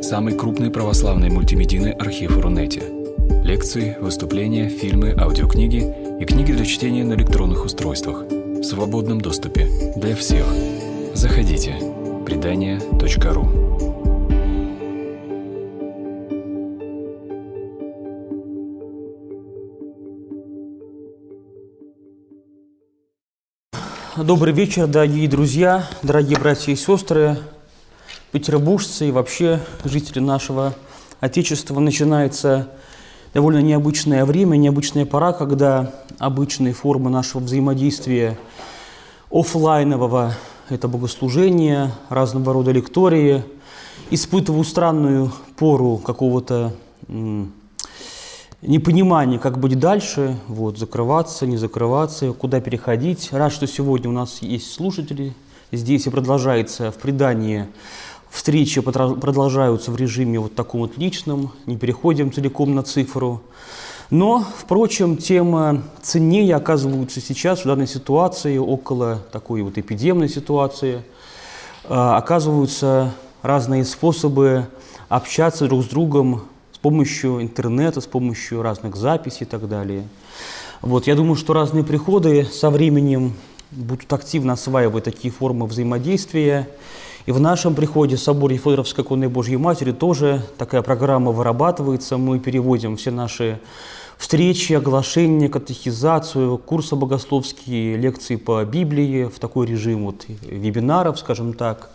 самый крупный православный мультимедийный архив Рунете. Лекции, выступления, фильмы, аудиокниги и книги для чтения на электронных устройствах в свободном доступе для всех. Заходите. Предания.ру. Добрый вечер, дорогие друзья, дорогие братья и сестры, петербуржцы и вообще жители нашего Отечества. Начинается довольно необычное время, необычная пора, когда обычные формы нашего взаимодействия офлайнового, это богослужение, разного рода лектории, испытывают странную пору какого-то непонимание, как быть дальше, закрываться, не закрываться, куда переходить. Рад, что сегодня у нас есть слушатели здесь, и продолжается в предании. Встречи продолжаются в режиме таком личном, не переходим целиком на цифру. Но, впрочем, тем ценнее оказываются сейчас в данной ситуации, около такой эпидемной ситуации, оказываются разные способы общаться друг с другом, с помощью интернета, с помощью разных записей и так далее. Я думаю, что разные приходы со временем будут активно осваивать такие формы взаимодействия. И в нашем приходе в соборе Федоровской иконы Божьей Матери тоже такая программа вырабатывается. Мы переводим все наши встречи, оглашения, катехизацию, курсы богословские, лекции по Библии в такой режим вебинаров, скажем так.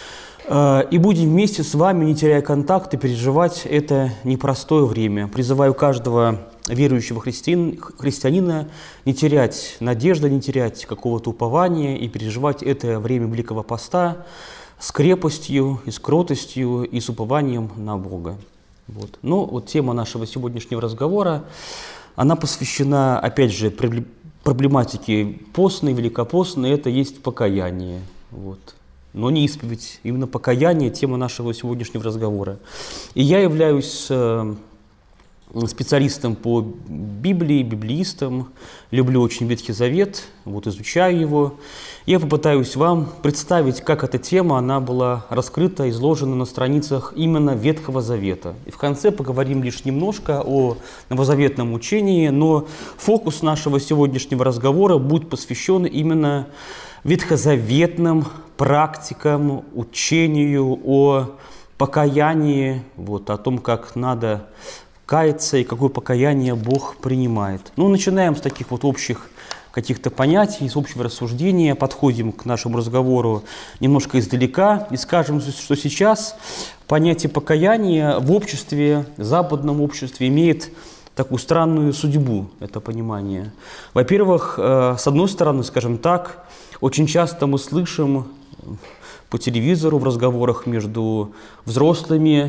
И будем вместе с вами, не теряя контакты, переживать это непростое время. Призываю каждого верующего христианина не терять надежды, не терять какого-то упования и переживать это время Великого Поста с крепостью, и с кротостью, и с упованием на Бога. Тема нашего сегодняшнего разговора, она посвящена, опять же, проблематике постной, великопостной, это есть покаяние. Но не исповедь, именно покаяние – тема нашего сегодняшнего разговора. И я являюсь специалистом по Библии, библеистом, люблю очень Ветхий Завет, изучаю его. Я попытаюсь вам представить, как эта тема, она была раскрыта, изложена на страницах именно Ветхого Завета. И в конце поговорим лишь немножко о новозаветном учении, но фокус нашего сегодняшнего разговора будет посвящен именно ветхозаветным практикам, учению о покаянии, о том, как надо каяться и какое покаяние Бог принимает. Начинаем с таких общих каких-то понятий, с общего рассуждения, подходим к нашему разговору немножко издалека и скажем, что сейчас понятие покаяния в обществе, в западном обществе имеет такую странную судьбу, это понимание. Во-первых, с одной стороны, скажем так, очень часто мы слышим по телевизору в разговорах между взрослыми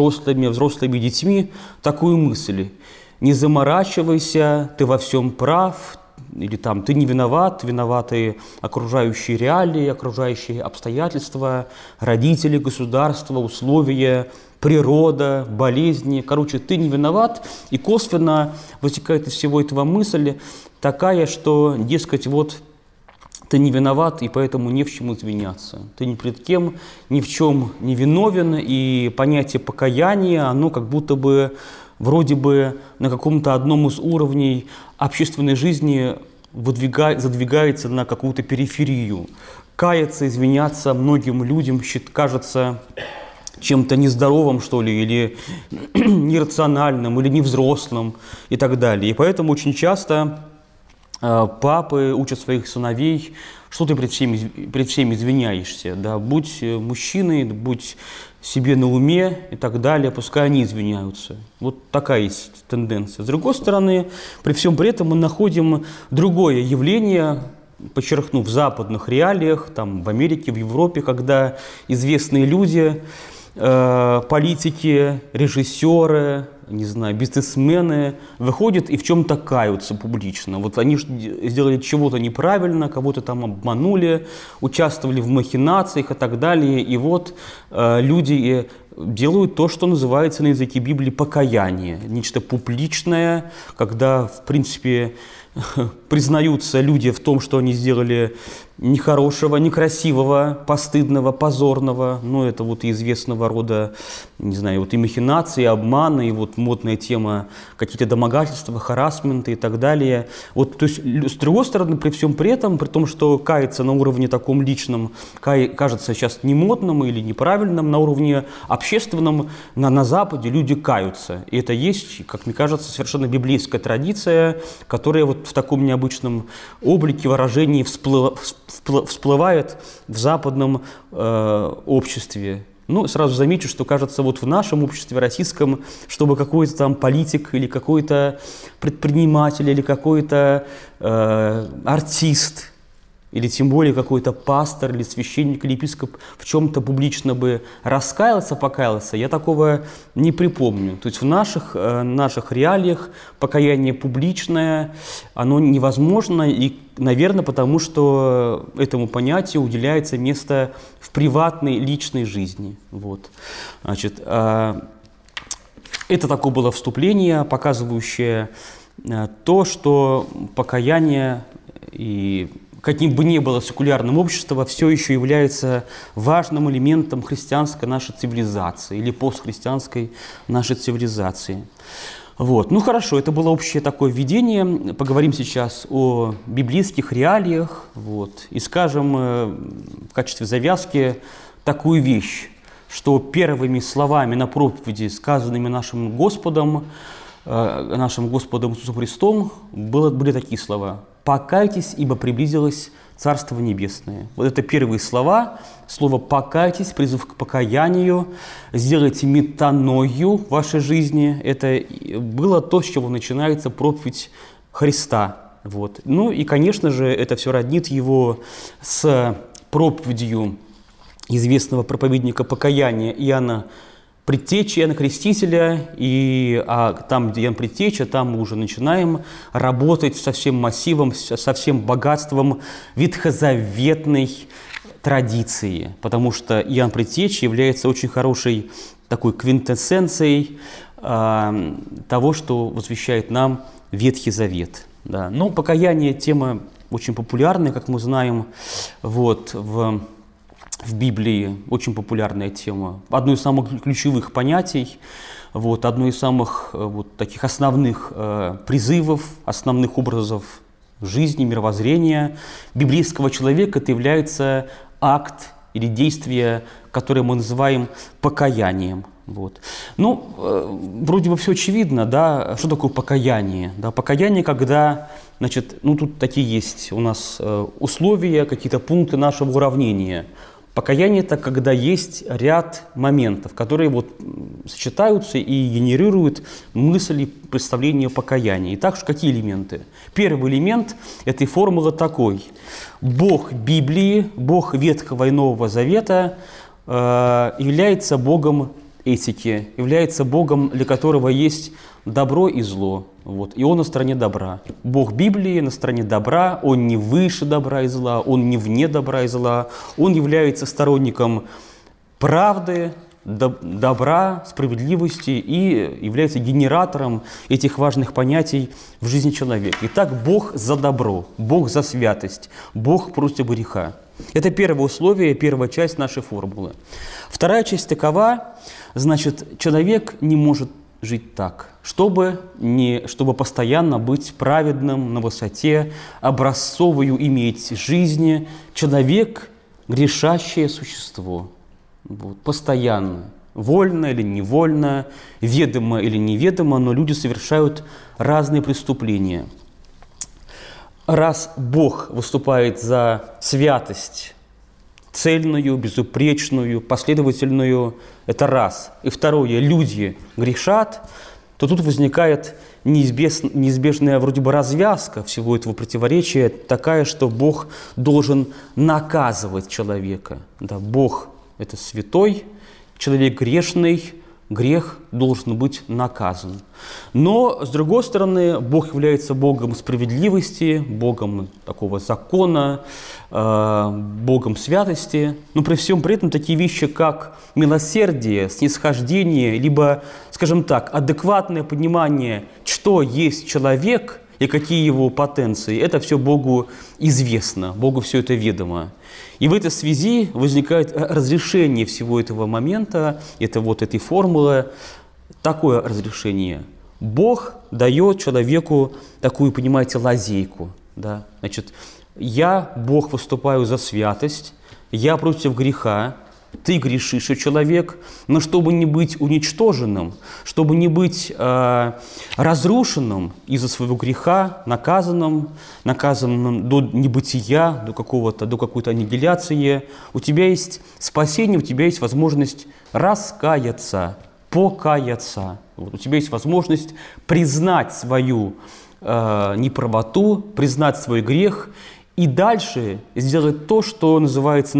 и детьми такую мысль: не заморачивайся, ты во всем прав, или ты не виноват, виноваты окружающие реалии, окружающие обстоятельства, родители, государство, условия, природа, болезни. Ты не виноват, и косвенно вытекает из всего этого мысль такая, что, дескать, ты не виноват, и поэтому не в чем извиняться. Ты ни перед кем, ни в чем не виновен, и понятие покаяния, оно как будто бы, вроде бы, на каком-то одном из уровней общественной жизни задвигается на какую-то периферию. Каяться, извиняться многим людям кажется чем-то нездоровым, что ли, или нерациональным, или невзрослым, и так далее. И поэтому очень часто папы учат своих сыновей, что ты пред всеми извиняешься, будь мужчиной, будь себе на уме и так далее, пускай они извиняются. Такая есть тенденция. С другой стороны, при всем при этом мы находим другое явление, подчеркну, в западных реалиях, в Америке, в Европе, когда известные люди, политики, режиссеры, бизнесмены выходят и в чем-то каются публично. Они сделали чего-то неправильно, кого-то обманули, участвовали в махинациях и так далее. И люди делают то, что называется на языке Библии покаяние. Нечто публичное, когда, в принципе, признаются люди в том, что они сделали нехорошего, некрасивого, постыдного, позорного. Это известного рода не знаю, вот и махинации, и обманы, и вот модная тема какие-то домогательства, харассменты и так далее. Вот, то есть, с другой стороны, при всем при этом, при том, что каяться на уровне таком личном кажется сейчас не модным или неправильным, на уровне общественном на Западе люди каются. И это есть, как мне кажется, совершенно библейская традиция, которая вот в таком необычном облике, выражении всплывает в западном обществе. Ну, сразу замечу, что, кажется, вот в нашем обществе российском, чтобы какой-то там политик или какой-то предприниматель или какой-то артист, или тем более какой-то пастор или священник или епископ в чем-то публично бы раскаялся, покаялся, я такого не припомню. То есть в наших реалиях покаяние публичное, оно невозможно, и, наверное, потому что этому понятию уделяется место в приватной личной жизни. Вот. Значит, это такое было вступление, показывающее то, что покаяние и каким бы ни было секулярным общество, все еще является важным элементом христианской нашей цивилизации или постхристианской нашей цивилизации. Вот. Ну хорошо, это было общее такое введение. Поговорим сейчас о библейских реалиях. Вот. И скажем в качестве завязки такую вещь, что первыми словами на проповеди, сказанными нашим Господом Иисусом Христом, были такие слова: «Покайтесь, ибо приблизилось Царство Небесное». Вот это первые слова. Слово «покайтесь», призыв к покаянию, сделайте метаною в вашей жизни. Это было то, с чего начинается проповедь Христа. Вот. Ну и, конечно же, это все роднит его с проповедью известного проповедника покаяния Иоанна Предтечи, Иоанна Крестителя, и там, где Иоанн Предтеча, там мы уже начинаем работать со всем массивом, со всем богатством ветхозаветной традиции, потому что Иоанн Предтеча является очень хорошей такой квинтэссенцией того, что возвещает нам Ветхий Завет. Да. Но покаяние – тема очень популярная, как мы знаем, вот, в Библии, очень популярная тема, одно из самых ключевых понятий, вот, одно из самых вот, таких основных призывов, основных образов жизни, мировоззрения библейского человека. Это является акт или действие, которое мы называем покаянием. Вот. Ну, вроде бы все очевидно, да, что такое покаяние? Да, покаяние, когда, значит, ну тут такие есть у нас условия, какие-то пункты нашего уравнения. Покаяние – это когда есть ряд моментов, которые вот сочетаются и генерируют мысли, представления покаяния. Итак, какие элементы? Первый элемент этой формулы такой. Бог Библии, Бог Ветхого и Нового Завета является Богом этики, является Богом, для которого есть добро и зло. Вот. И Он на стороне добра. Бог Библии на стороне добра, Он не выше добра и зла, Он не вне добра и зла. Он является сторонником правды, добра, справедливости и является генератором этих важных понятий в жизни человека. Итак, Бог за добро, Бог за святость, Бог против греха. Это первое условие, первая часть нашей формулы. Вторая часть такова, значит, человек не может жить так, чтобы постоянно быть праведным, на высоте, образцовую иметь жизни. Человек – грешащее существо. Вот, постоянно, вольно или невольно, ведомо или неведомо, но люди совершают разные преступления. Раз Бог выступает за святость, цельную, безупречную, последовательную, это раз. И второе, люди грешат, то тут возникает неизбежная вроде бы развязка всего этого противоречия, такая, что Бог должен наказывать человека. Да, Бог – это святой, человек грешный, грех должен быть наказан. Но, с другой стороны, Бог является Богом справедливости, Богом такого закона, Богом святости. Но при всем при этом такие вещи, как милосердие, снисхождение, либо, скажем так, адекватное понимание, что есть человек и какие его потенции, это все Богу известно, Богу все это ведомо. И в этой связи возникает разрешение всего этого момента, этой формулы, такое разрешение. Бог дает человеку такую, понимаете, лазейку. Да? Значит, я, Бог, выступаю за святость, я против греха, ты грешишь, человек, но чтобы не быть уничтоженным, чтобы не быть разрушенным из-за своего греха, наказанным до небытия, до какой-то аннигиляции, у тебя есть спасение, у тебя есть возможность раскаяться, покаяться. Вот, у тебя есть возможность признать свою неправоту, признать свой грех и дальше сделать то, что называется на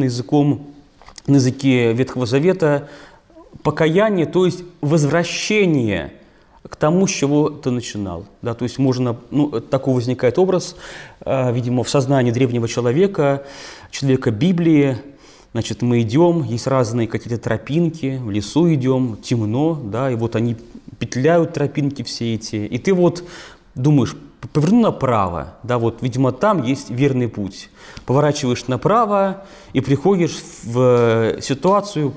языке Ветхого Завета покаяние, то есть возвращение к тому, с чего ты начинал. Да, то есть можно, такой возникает образ, видимо, в сознании древнего человека Библии. Значит, мы идем, есть разные какие-то тропинки, в лесу идем, темно, да, и вот они петляют, тропинки все эти, и ты вот думаешь, поверну направо, да, вот, видимо, там есть верный путь. Поворачиваешь направо и приходишь в ситуацию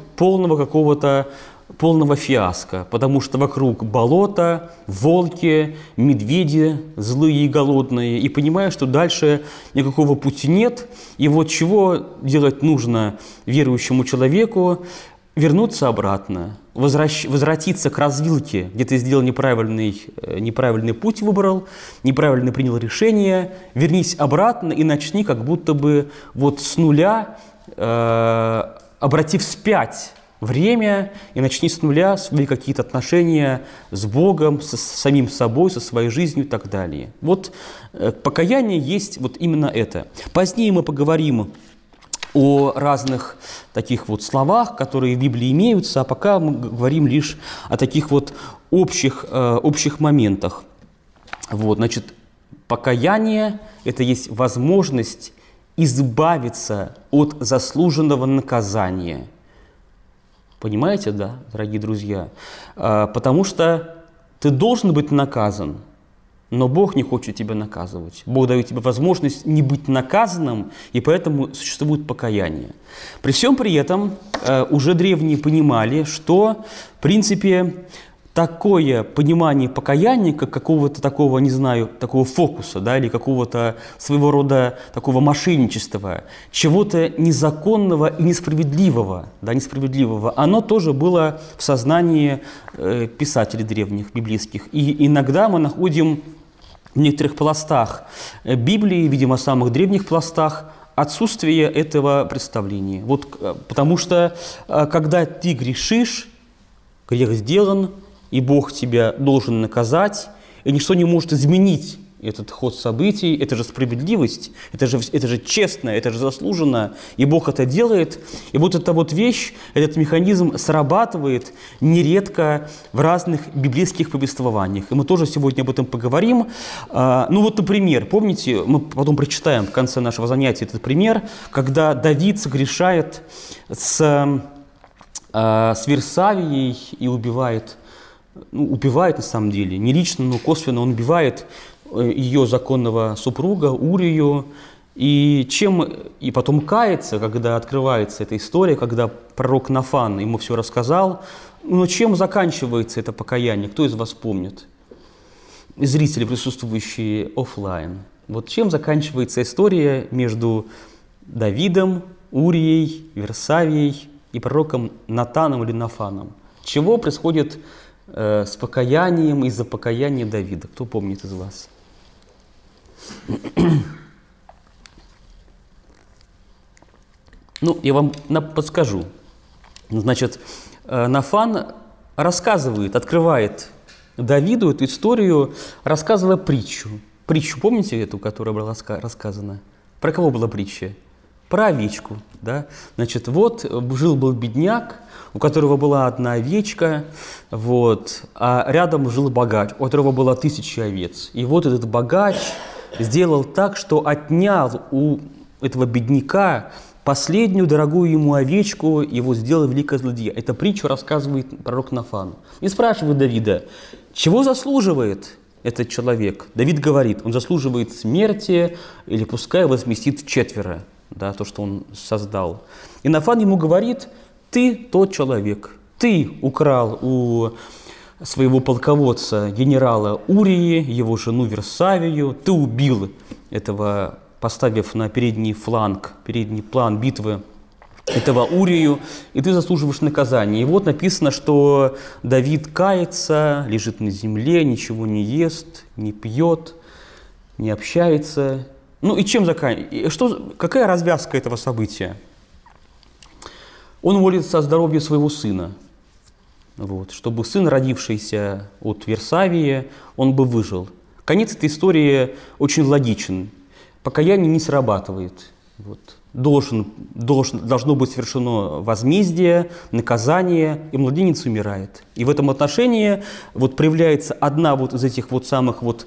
полного фиаско, потому что вокруг болото, волки, медведи злые и голодные, и понимаешь, что дальше никакого пути нет, и вот чего делать нужно верующему человеку? Вернуться обратно, возвратиться к развилке, где ты сделал неправильный путь выбрал, неправильно принял решение, вернись обратно и начни как будто бы вот с нуля, обратив вспять время, и начни с нуля свои какие-то отношения с Богом, с самим собой, со своей жизнью и так далее. Вот покаяние есть вот именно это. Позднее мы поговорим о разных таких вот словах, которые в Библии имеются, а пока мы говорим лишь о таких вот общих моментах. Вот, значит, покаяние – это есть возможность избавиться от заслуженного наказания. Понимаете, да, дорогие друзья? Потому что ты должен быть наказан, но Бог не хочет тебя наказывать. Бог дает тебе возможность не быть наказанным, и поэтому существует покаяние. При всем при этом уже древние понимали, что, в принципе, такое понимание покаяния, как какого-то такого, не знаю, такого фокуса, да, или какого-то своего рода такого мошенничества, чего-то незаконного и несправедливого, оно тоже было в сознании писателей древних, библейских. И иногда мы находим в некоторых пластах Библии, видимо, самых древних пластах, отсутствие этого представления. Вот, потому что, когда ты грешишь, грех сделан, и Бог тебя должен наказать, и ничто не может изменить этот ход событий, это же справедливость, это же честно, это же заслуженно, и Бог это делает. И вот эта вот вещь, этот механизм срабатывает нередко в разных библейских повествованиях. И мы тоже сегодня об этом поговорим. Вот, например, помните, мы потом прочитаем в конце нашего занятия этот пример, когда Давид согрешает с Вирсавией и убивает на самом деле, не лично, но косвенно он убивает ее законного супруга Урию, и потом кается, когда открывается эта история, когда пророк Нафан ему все рассказал. Но чем заканчивается это покаяние? Кто из вас помнит? Зрители, присутствующие офлайн. Вот чем заканчивается история между Давидом, Урией, Вирсавией и пророком Натаном или Нафаном? Чего происходит с покаянием из-за покаяния Давида? Кто помнит из вас? Я вам подскажу. Значит, Нафан открывает Давиду эту историю, рассказывая притчу. Притчу, помните эту, которая была рассказана? Про кого была притча? Про овечку. Да? Значит, вот жил-был бедняк, у которого была одна овечка, а рядом жил богач, у которого было 1000 овец. И вот этот богач сделал так, что отнял у этого бедняка последнюю дорогую ему овечку, и сделал великое злодеяние. Эту притчу рассказывает пророк Нафан. И спрашивает Давида, чего заслуживает этот человек. Давид говорит, он заслуживает смерти, или пускай возместит 4, да, то, что он создал. И Нафан ему говорит, ты тот человек, ты украл у своего полководца, генерала Урии, его жену Версавию, ты убил этого, поставив на передний план битвы этого Урию, и ты заслуживаешь наказания. И вот написано, что Давид кается, лежит на земле, ничего не ест, не пьет, не общается. Ну и чем заканчивается? Какая развязка этого события? Он молится о здоровье своего сына, вот, чтобы сын, родившийся от Версавии, он бы выжил. Конец этой истории очень логичен. Покаяние не срабатывает. Вот. Должно быть совершено возмездие, наказание, и младенец умирает. И в этом отношении вот проявляется одна вот из этих вот самых вот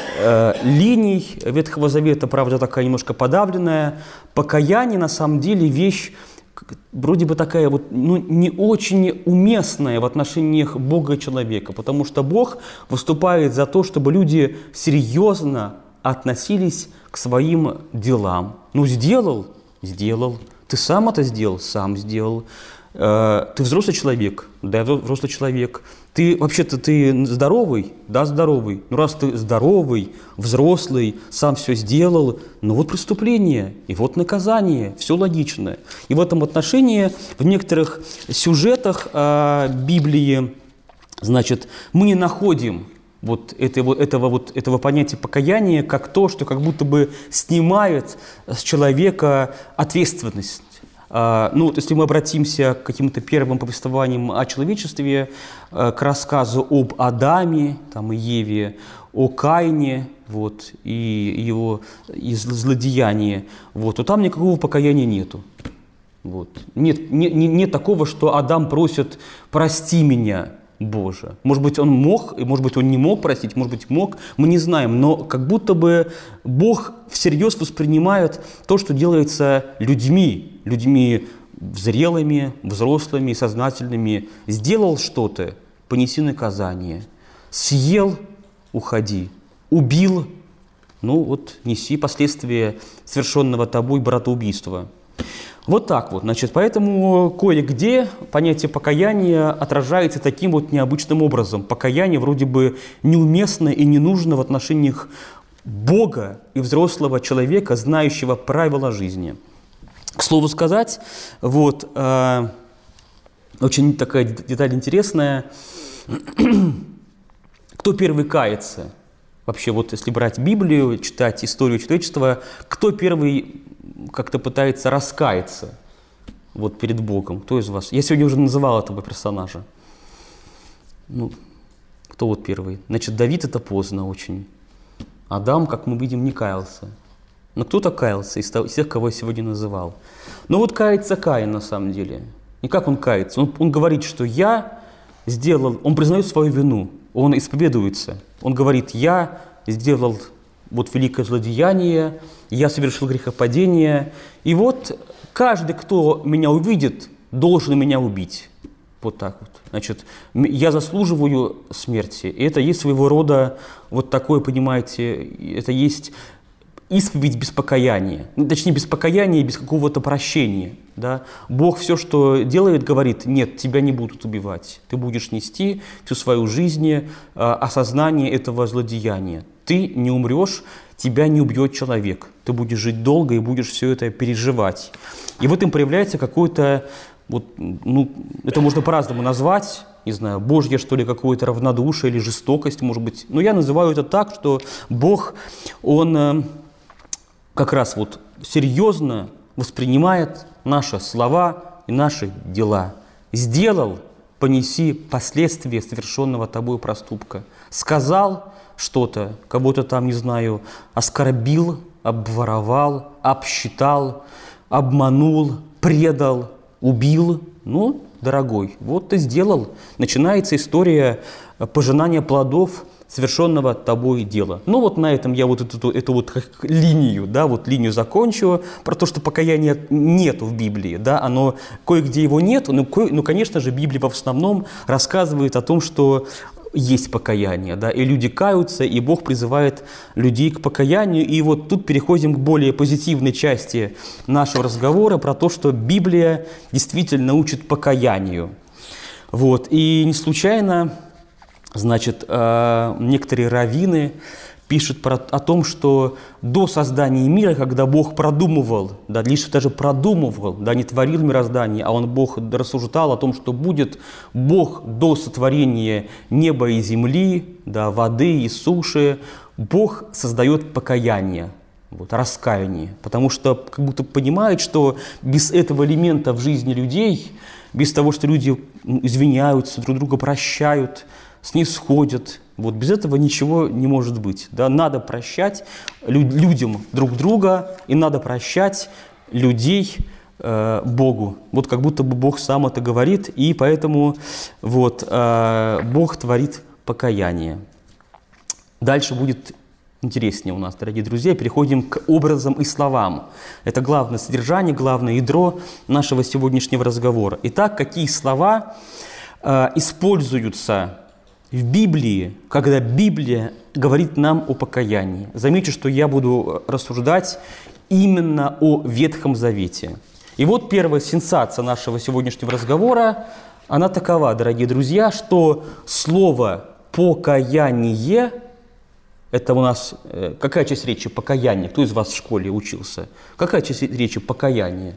линий Ветхого Завета, правда, такая немножко подавленная. Покаяние на самом деле вещь вроде бы такая вот, ну, не очень уместная в отношениях Бога и человека, потому что Бог выступает за то, чтобы люди серьезно относились к своим делам. Ну, сделал. Ты сам это сделал? Сам сделал. Ты взрослый человек? Да, взрослый человек. Вообще-то ты здоровый? Да, здоровый. Ну, раз ты здоровый, взрослый, сам все сделал, ну вот преступление, и вот наказание, все логично. И в этом отношении в некоторых сюжетах Библии, значит, мы не находим вот этого понятия покаяния как то, что как будто бы снимает с человека ответственность. Ну, вот если мы обратимся к каким-то первым повествованиям о человечестве, к рассказу об Адаме там, и Еве, о Каине вот, и его злодеянии, вот, то там никакого покаяния нету. Вот. Нет такого, что Адам просит «прости меня, Боже». Может быть, он мог, и может быть, он не мог простить, может быть, мог, мы не знаем, но как будто бы Бог всерьез воспринимает то, что делается людьми зрелыми, взрослыми, сознательными. Сделал что-то, понеси наказание. Съел, уходи. Убил, ну вот неси последствия совершенного тобой братоубийства. Вот так вот, значит, поэтому кое-где понятие покаяния отражается таким вот необычным образом. Покаяние вроде бы неуместно и не нужно в отношениях Бога и взрослого человека, знающего правила жизни. К слову сказать, вот, очень такая деталь интересная. Кто первый кается? Вообще, вот если брать Библию, читать историю человечества, кто первый как-то пытается раскаяться вот перед Богом? Кто из вас? Я сегодня уже называл этого персонажа. Ну, кто вот первый? Значит, Давид это поздно очень. Адам, как мы видим, не каялся. Но кто-то каялся из тех, кого я сегодня называл. Но вот кается Каин на самом деле. И как он кается? Он говорит, что я сделал, он признает свою вину, он исповедуется. Он говорит, я сделал вот великое злодеяние, я совершил грехопадение. И вот каждый, кто меня увидит, должен меня убить. Вот так вот. Значит, я заслуживаю смерти. И это есть своего рода вот такое, понимаете, это есть исповедь без покаяния. Ну, точнее, без покаяния и без какого-то прощения. Да? Бог все, что делает, говорит, нет, тебя не будут убивать. Ты будешь нести всю свою жизнь осознание этого злодеяния. Ты не умрешь, тебя не убьет человек. Ты будешь жить долго и будешь все это переживать. И в этом проявляется какой-то, вот, ну, это можно по-разному назвать, не знаю, Божье, что ли, какое-то равнодушие или жестокость, может быть. Но я называю это так, что Бог, Он как раз вот серьезно воспринимает наши слова и наши дела. Сделал, понеси последствия совершенного тобой проступка. Сказал что-то, кого-то там, не знаю, оскорбил, обворовал, обсчитал, обманул, предал, убил. Ну, дорогой, вот ты сделал. Начинается история пожинания плодов совершенного тобой дела. Ну вот на этом я вот эту вот линию, да, вот линию закончу, про то, что покаяния нету в Библии, да, оно кое-где его нет, но, конечно же, Библия в основном рассказывает о том, что есть покаяние, да, и люди каются, и Бог призывает людей к покаянию. И вот тут переходим к более позитивной части нашего разговора про то, что Библия действительно учит покаянию. Вот. И не случайно, значит, некоторые раввины пишут о том, что до создания мира, когда Бог продумывал, да, лишь даже продумывал, да, не творил мироздание, а Бог рассуждал о том, что будет, Бог до сотворения неба и земли, да, воды и суши, Бог создает покаяние, вот, раскаяние, потому что как будто понимает, что без этого элемента в жизни людей, без того, что люди извиняются, друг друга прощают, снисходят, вот без этого ничего не может быть. Да? Надо прощать людям друг друга, и надо прощать людей Богу. Вот как будто бы Бог сам это говорит, и поэтому вот, Бог творит покаяние. Дальше будет интереснее у нас, дорогие друзья. Переходим к образам и словам. Это главное содержание, главное ядро нашего сегодняшнего разговора. Итак, какие слова используются в Библии, когда Библия говорит нам о покаянии? Замечу, что я буду рассуждать именно о Ветхом Завете. И вот первая сенсация нашего сегодняшнего разговора, она такова, дорогие друзья, что слово «покаяние» — это у нас... Какая часть речи покаяние? Кто из вас в школе учился? Какая часть речи покаяние?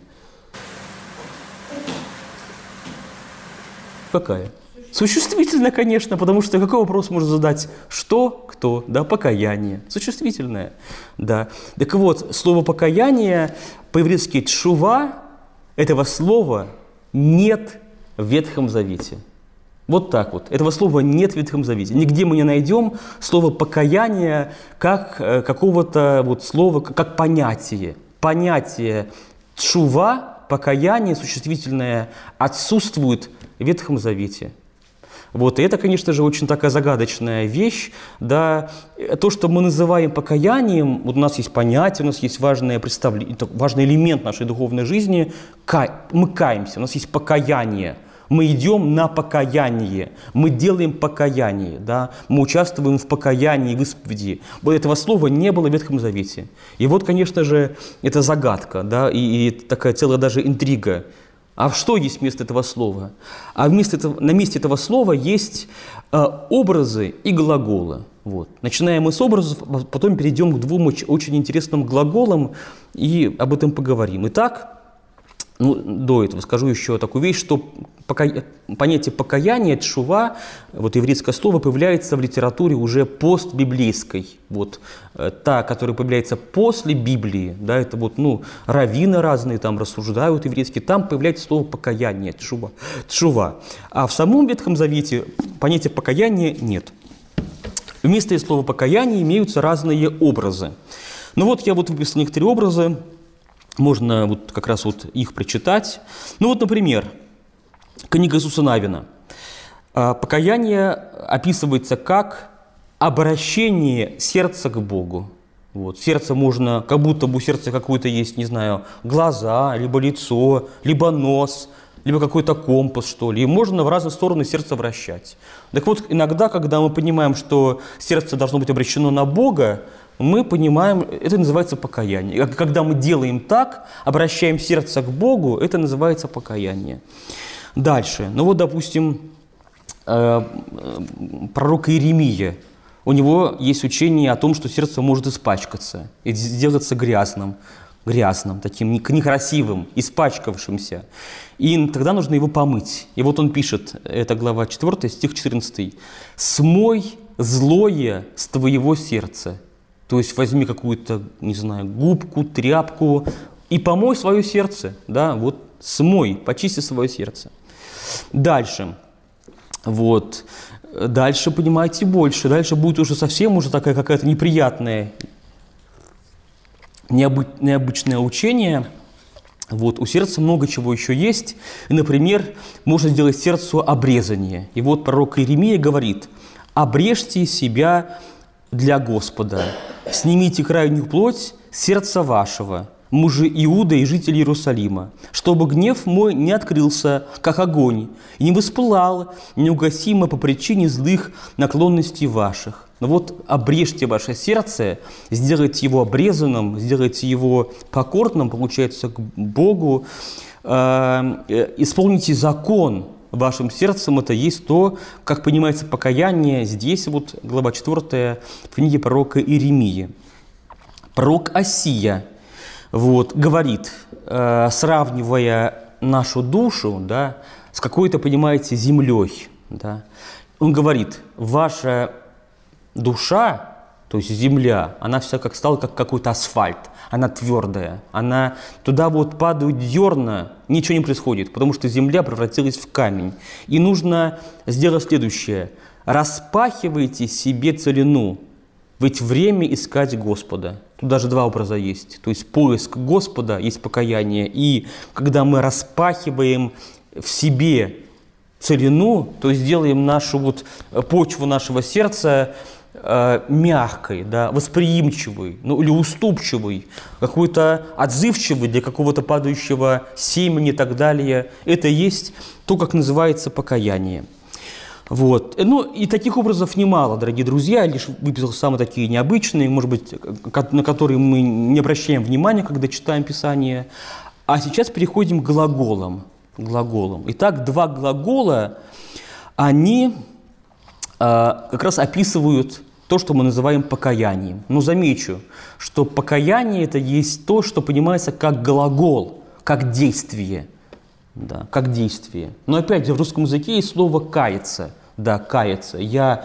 Какая? Существительное, конечно, потому что какой вопрос можно задать? Что, кто, да, покаяние. Существительное, да. Так вот, слово покаяние, по-еврейски тшува, этого слова нет в Ветхом Завете. Вот так вот. Этого слова нет в Ветхом Завете. Нигде мы не найдем слово покаяние как какого-то вот слова, как понятие. Понятие тшува, покаяние, существительное, отсутствует в Ветхом Завете. Вот, и это, конечно же, очень такая загадочная вещь, да, то, что мы называем покаянием, вот у нас есть понятие, у нас есть важный элемент нашей духовной жизни, мы каемся, у нас есть покаяние, мы идем на покаяние, мы делаем покаяние, да, мы участвуем в покаянии, в исповеди. Вот этого слова не было в Ветхом Завете. И вот, конечно же, это загадка, да, и такая целая даже интрига. А что есть вместо этого слова? А на месте этого слова есть образы и глаголы. Вот. Начинаем мы с образов, потом перейдем к двум очень интересным глаголам и об этом поговорим. Итак, до этого скажу еще такую вещь, что понятие покаяния, тшува, вот еврейское слово, появляется в литературе уже постбиблейской. Вот, та, которая появляется после Библии, да, это вот, раввины разные там рассуждают еврейские, там появляется слово покаяние, тшува. А в самом Ветхом Завете понятия покаяния нет. Вместо слова покаяния имеются разные образы. Ну вот я вот выписал некоторые образы. Можно вот как раз вот их прочитать. Например, книга Иисуса Навина. Покаяние описывается как обращение сердца к Богу. Вот. Сердце можно, как будто бы у сердца какое-то есть, не знаю, глаза, либо лицо, либо нос, либо какой-то компас, что ли. И можно в разные стороны сердце вращать. Так вот, иногда, когда мы понимаем, что сердце должно быть обращено на Бога, мы понимаем, это называется покаяние. Когда мы делаем так, обращаем сердце к Богу, это называется покаяние. Дальше. Допустим, пророк Иеремия. У него есть учение о том, что сердце может испачкаться и сделаться грязным, таким некрасивым, испачкавшимся. И тогда нужно его помыть. И вот он пишет, это глава 4, стих 14. «Смой злое с твоего сердца». То есть возьми какую-то, не знаю, губку, тряпку и помой свое сердце. Да? Вот смой, почисти свое сердце. Дальше. Вот. Дальше, понимаете, больше. Дальше будет уже совсем такая какая-то неприятная, необычное учение. Вот. У сердца много чего еще есть. И, например, можно сделать сердцу обрезание. И вот пророк Иеремия говорит: «Обрежьте себя для Господа, снимите крайнюю плоть сердца вашего, мужи Иуда и жители Иерусалима, чтобы гнев мой не открылся, как огонь, и не воспылал неугасимо по причине злых наклонностей ваших. Но вот обрежьте ваше сердце, сделайте его обрезанным, сделайте его покорным, получается, к Богу, исполните закон вашим сердцем. Это есть то, как понимается покаяние. Здесь вот глава 4 в книге пророка Иеремии. Пророк Осия вот, говорит, сравнивая нашу душу, да, с какой-то, понимаете, землей. Да, он говорит, ваша душа, то есть земля, она вся как стала как какой-то асфальт, она твердая, она туда вот падают зерна, ничего не происходит, потому что земля превратилась в камень. И нужно сделать следующее: распахивайте себе целину, ведь время искать Господа. Тут даже два образа есть, то есть поиск Господа, есть покаяние, и когда мы распахиваем в себе целину, то есть делаем нашу вот почву нашего сердца мягкой, да, восприимчивой, ну, или уступчивой, какой-то отзывчивой для какого-то падающего семени и так далее. Это есть то, как называется покаяние. Вот. Ну, и таких образов немало, дорогие друзья, я лишь выписал самые такие необычные, может быть, на которые мы не обращаем внимания, когда читаем Писание. А сейчас переходим к глаголам. Итак, два глагола, они как раз описывают то, что мы называем покаянием. Но замечу, что покаяние – это есть то, что понимается как глагол, как действие. Да, как действие. Но опять же в русском языке есть слово «каяться». Да, «каяться». Я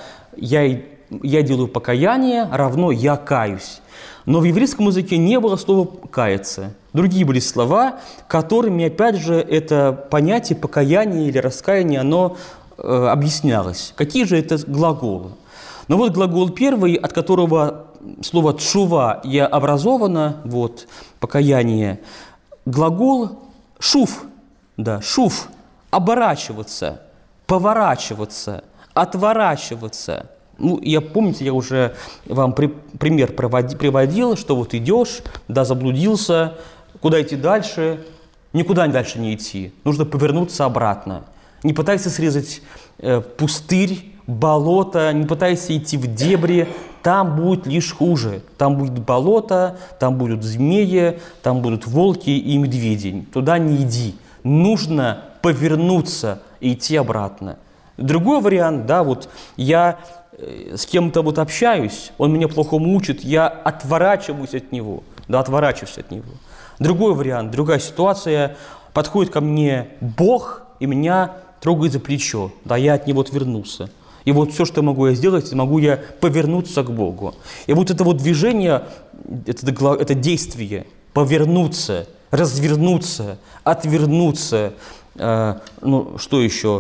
делаю покаяние, равно «я каюсь». Но в еврейском языке не было слова «каяться». Другие были слова, которыми, опять же, это понятие покаяния или раскаяния, оно объяснялось. Какие же это глаголы? Но вот глагол первый, от которого слово «тшува» и образовано, вот, покаяние, глагол «шув». Да, шув – оборачиваться, поворачиваться, отворачиваться. Ну, помните, я уже вам пример приводил, что вот идешь, да, заблудился, куда идти дальше? Никуда дальше не идти, нужно повернуться обратно. Не пытайся срезать пустырь, болото, не пытайся идти в дебри, там будет лишь хуже. Там будет болото, там будут змеи, там будут волки и медведи. Туда не иди. Нужно повернуться и идти обратно. Другой вариант, да, вот я с кем-то вот общаюсь, он меня плохому учит, я отворачиваюсь от него, да, отворачиваюсь от него. Другой вариант, другая ситуация, подходит ко мне Бог и меня трогает за плечо, да, я от него отвернулся. И вот все, что могу я сделать, могу я повернуться к Богу. И вот это вот движение, это действие, повернуться, развернуться, отвернуться, ну, что еще,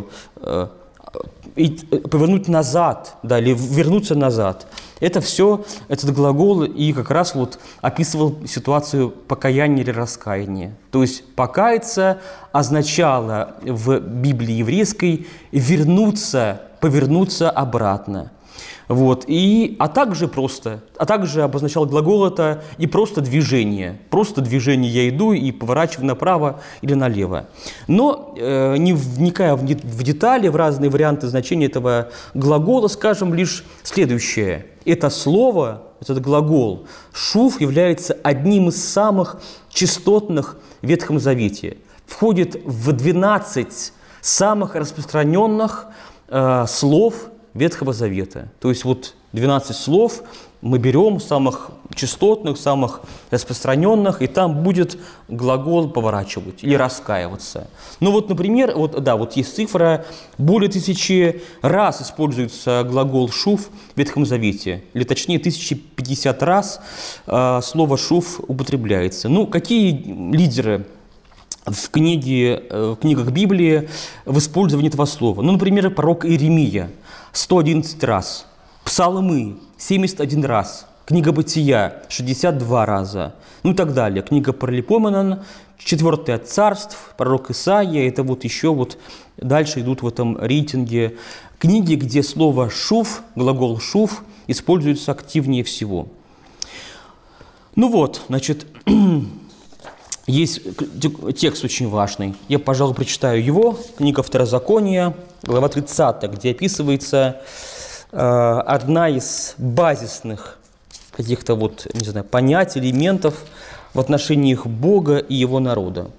и повернуть назад, да, или вернуться назад. Это все, этот глагол и как раз вот описывал ситуацию покаяния или раскаяния. То есть покаяться означало в Библии еврейской вернуться, повернуться обратно. Вот. А также обозначал глагол это и просто движение. Просто движение я иду и поворачиваю направо или налево. Но не вникая в детали, в разные варианты значения этого глагола, скажем лишь следующее. Это слово, этот глагол «шув» является одним из самых частотных в Ветхом Завете. Входит в 12 самых распространенных слов Ветхого Завета. То есть вот 12 слов мы берем, самых частотных, самых распространенных, и там будет глагол «поворачивать» или «раскаиваться». Ну вот, например, вот есть цифра, более 1000 раз используется глагол «шув» в Ветхом Завете, или точнее 1050 раз слово «шув» употребляется. Ну, какие лидеры в книгах Библии в использовании этого слова? Ну, например, пророк Иеремия 111 раз, Псалмы 71 раз, книга Бытия 62 раза, ну и так далее. Книга Паралипоменон, 4 от Царств, пророк Исаия, это вот еще вот дальше идут в этом рейтинге книги, где слово «шув», глагол «шув» используется активнее всего. Ну вот, значит, есть текст очень важный. Я, пожалуй, прочитаю его. Книга Второзакония, глава 30, где описывается одна из базисных каких-то вот, не знаю, понятий, элементов в отношении их Бога и его народа.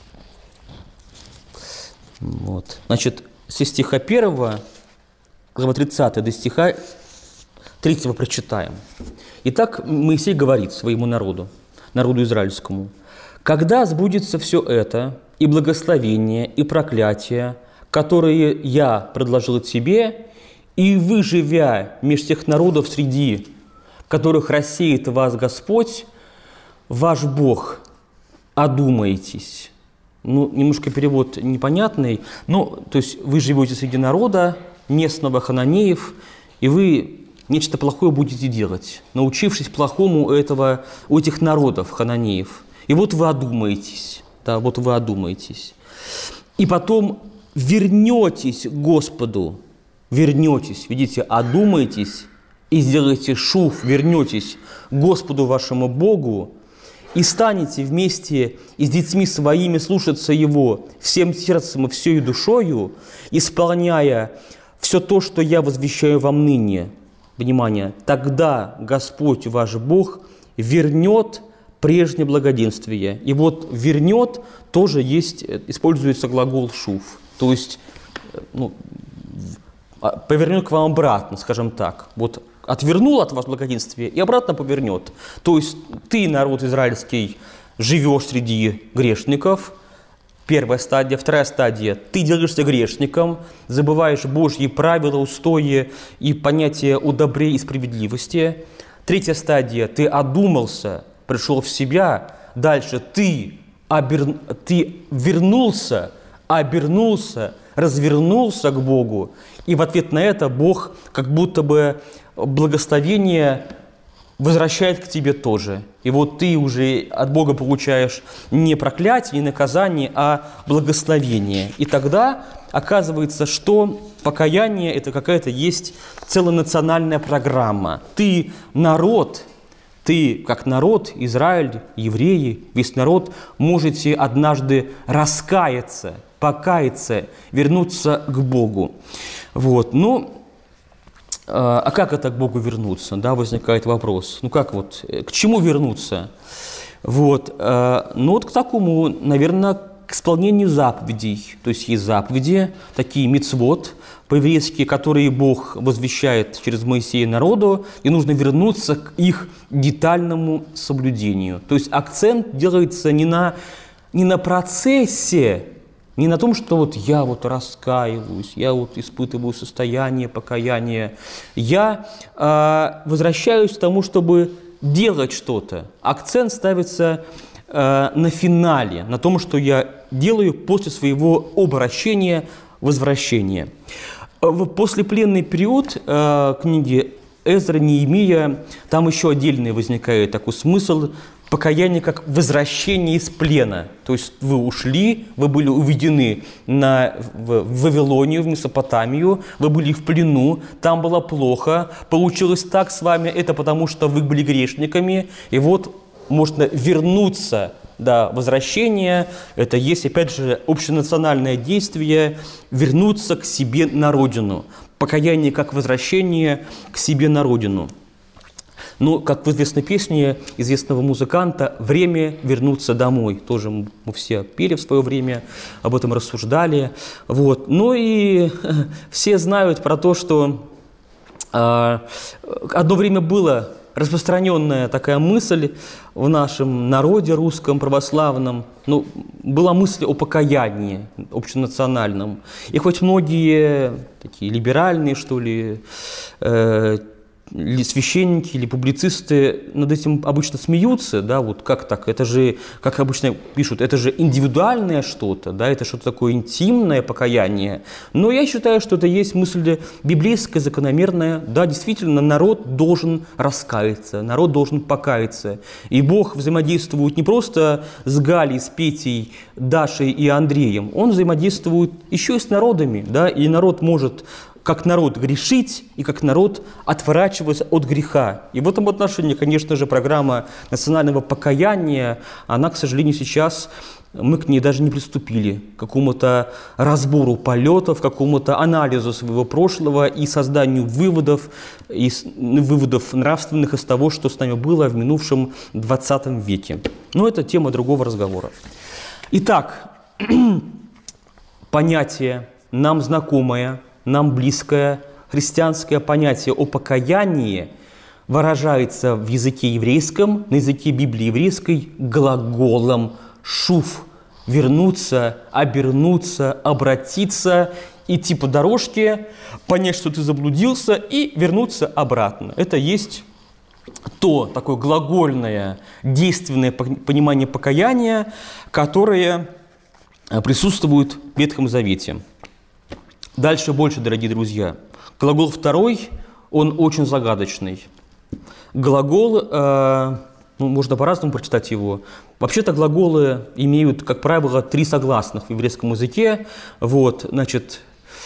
Вот. Значит, со стиха 1, глава 30, до стиха 3 прочитаем. Итак, Моисей говорит своему народу израильскому: «Когда сбудется все это, и благословение, и проклятие, которые я предложил тебе, и вы, живя меж тех народов, среди которых рассеет вас Господь, ваш Бог, одумаетесь». Ну, немножко перевод непонятный, но, то есть, вы живете среди народа, местного хананеев, и вы нечто плохое будете делать, научившись плохому у этих народов хананеев. И вот вы одумаетесь, да, вот вы одумаетесь. И потом вернетесь к Господу, видите, одумаетесь и сделаете шув, вернетесь к Господу вашему Богу, и станете вместе и с детьми своими слушаться Его всем сердцем и всей душою, исполняя все то, что я возвещаю вам ныне. Внимание, тогда Господь ваш Бог вернет прежнее благоденствие. И вот вернет тоже есть, используется глагол шув, то есть повернет к вам обратно, скажем так. Вот отвернул от вас благоденствие и обратно повернет. То есть ты, народ израильский, живешь среди грешников. Первая стадия. Вторая стадия. Ты делаешься грешником, забываешь Божьи правила, устои и понятия о добре и справедливости. Третья стадия. Ты одумался, пришел в себя. Дальше ты вернулся, обернулся, развернулся к Богу. И в ответ на это Бог как будто бы благословение возвращает к тебе тоже. И вот ты уже от Бога получаешь не проклятие, не наказание, а благословение. И тогда оказывается, что покаяние – это какая-то есть целонациональная программа. Ты как народ, Израиль, евреи, весь народ, можете однажды раскаяться, покаяться, вернуться к Богу. Вот. А как это к Богу вернуться? Да, возникает вопрос. К чему вернуться? Вот. К такому, наверное, к исполнению заповедей. То есть есть заповеди, такие мицвот, по-еврейски, которые Бог возвещает через Моисея народу, и нужно вернуться к их детальному соблюдению. То есть акцент делается не на процессе, не на том, что я раскаиваюсь, я испытываю состояние покаяния. Я возвращаюсь к тому, чтобы делать что-то. Акцент ставится на финале, на том, что я делаю после своего обращения, возвращения. В послепленный период книги Эзра, Неемия, там еще отдельный возникает такой смысл покаяние как возвращение из плена. То есть вы ушли, вы были уведены в Вавилонию, в Месопотамию, вы были в плену, там было плохо, получилось так с вами, это потому что вы были грешниками, и вот можно вернуться до возвращения, это есть, опять же, общенациональное действие, вернуться к себе на родину. Покаяние как возвращение к себе на родину. Как в известной песне известного музыканта «Время вернуться домой». Тоже мы все пели в свое время, об этом рассуждали. Вот. И все знают про то, что одно время была распространенная такая мысль в нашем народе русском, православном, была мысль о покаянии общенациональном. И хоть многие такие либеральные, что ли, священники или публицисты над этим обычно смеются, да, как так, это же, как обычно пишут, это же индивидуальное что-то, да, это что-то такое интимное покаяние. Но я считаю, что это есть мысль библейская, закономерная, да, действительно, народ должен раскаяться, народ должен покаяться. И Бог взаимодействует не просто с Галей, с Петей, Дашей и Андреем, Он взаимодействует еще и с народами, да, и народ может как народ грешить и как народ отворачиваться от греха. И в этом отношении, конечно же, программа национального покаяния, она, к сожалению, сейчас мы к ней даже не приступили, к какому-то разбору полетов, к какому-то анализу своего прошлого и созданию выводов нравственных из того, что с нами было в минувшем 20 веке. Но это тема другого разговора. Итак, понятие нам знакомое, нам близкое, христианское понятие о покаянии выражается в языке еврейском, на языке Библии еврейской глаголом «шув» – вернуться, обернуться, обратиться, идти по дорожке, понять, что ты заблудился, и вернуться обратно. Это есть то такое глагольное, действенное понимание покаяния, которое присутствует в Ветхом Завете. Дальше больше, дорогие друзья. Глагол второй, он очень загадочный. Глагол, можно по-разному прочитать его. Вообще-то глаголы имеют, как правило, 3 согласных в еврейском языке. Вот, значит,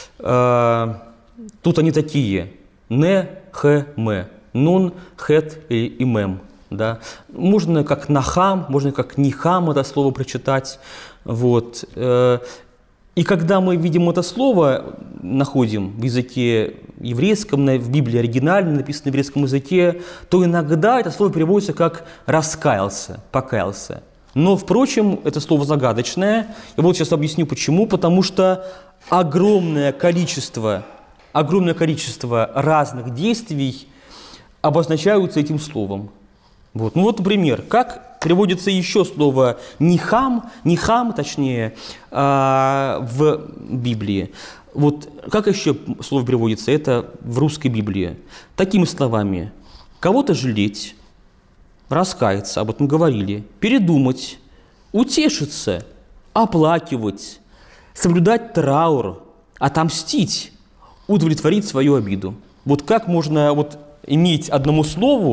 тут они такие. Не, хе, ме. Нун, хет и мем. Да? Можно как нахам, можно как нихам это слово прочитать. Вот. И когда мы видим это слово, находим в языке еврейском, в Библии оригинальной, написано на еврейском языке, то иногда это слово переводится как «раскаялся», «покаялся». Но, впрочем, это слово загадочное. И вот сейчас объясню почему. Потому что огромное количество разных действий обозначаются этим словом. Вот. Ну вот, например, как приводится еще слово «нихам», точнее, в Библии. Вот как еще слово приводится это в русской Библии? Такими словами: кого-то жалеть, раскаяться, об этом говорили, передумать, утешиться, оплакивать, соблюдать траур, отомстить, удовлетворить свою обиду. Вот как можно иметь одному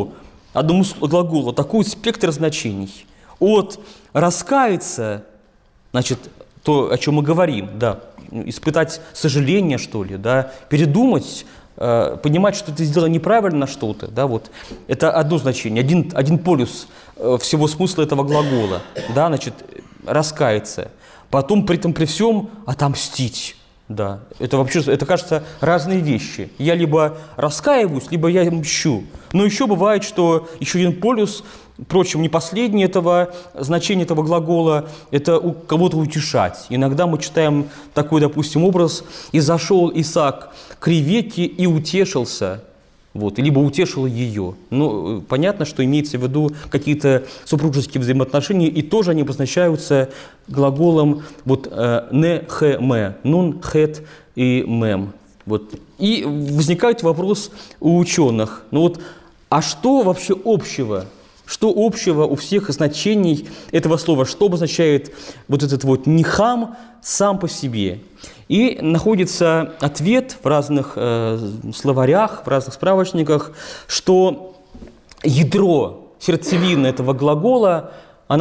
глаголу такой спектр значений? От раскаяться, значит, то, о чем мы говорим, да, испытать сожаление, что ли, да, передумать, понимать, что ты сделал неправильно что-то, да, вот. Это одно значение, один полюс всего смысла этого глагола, да, значит, раскаяться. Потом при всем отомстить. Да, это вообще, это, кажется, разные вещи. Я либо раскаиваюсь, либо я мщу. Но еще бывает, что еще один полюс, впрочем, не последний этого значения этого глагола, это у кого-то утешать. Иногда мы читаем такой, допустим, образ: «И зашел Исаак к Ревекке и утешился». Вот, либо утешил ее. Ну, понятно, что имеется в виду какие-то супружеские взаимоотношения, и тоже они обозначаются глаголом не, хе, ме, нун, хет и мем. Вот. И возникает вопрос у ученых: а что вообще общего? Что общего у всех значений этого слова? Что обозначает этот нихам сам по себе? И находится ответ в разных словарях, в разных справочниках, что ядро, сердцевина этого глагола,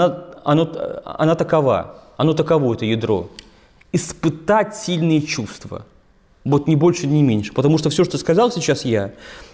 оно таково, это ядро: испытать сильные чувства. Ни больше, ни меньше. Потому что все, что сказал сейчас я,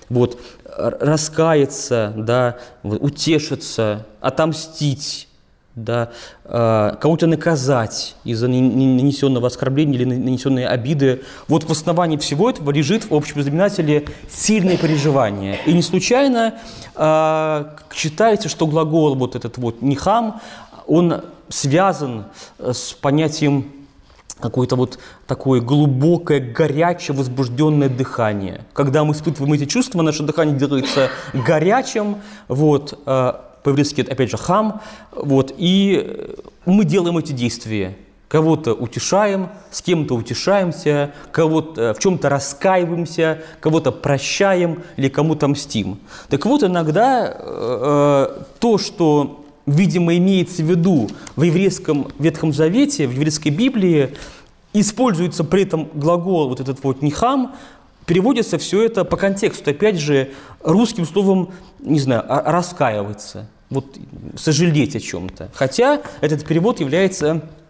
раскаяться, да, утешиться, отомстить, да, кого-то наказать из-за нанесенного оскорбления или нанесенной обиды. В основании всего этого лежит в общем знаменателе сильное переживание. И не случайно считается, что глагол «нихам», он связан с понятием какое-то такое глубокое, горячее, возбужденное дыхание. Когда мы испытываем эти чувства, наше дыхание делается горячим, по-еврейски, опять же, хам, и мы делаем эти действия. Кого-то утешаем, с кем-то утешаемся, кого-то в чем-то раскаиваемся, кого-то прощаем или кому-то мстим. Так вот, иногда то, что, видимо, имеется в виду в еврейском Ветхом Завете, в еврейской Библии, используется при этом глагол «нихам», переводится все это по контексту, опять же, русским словом, не знаю, раскаиваться, сожалеть о чем-то. Хотя этот перевод является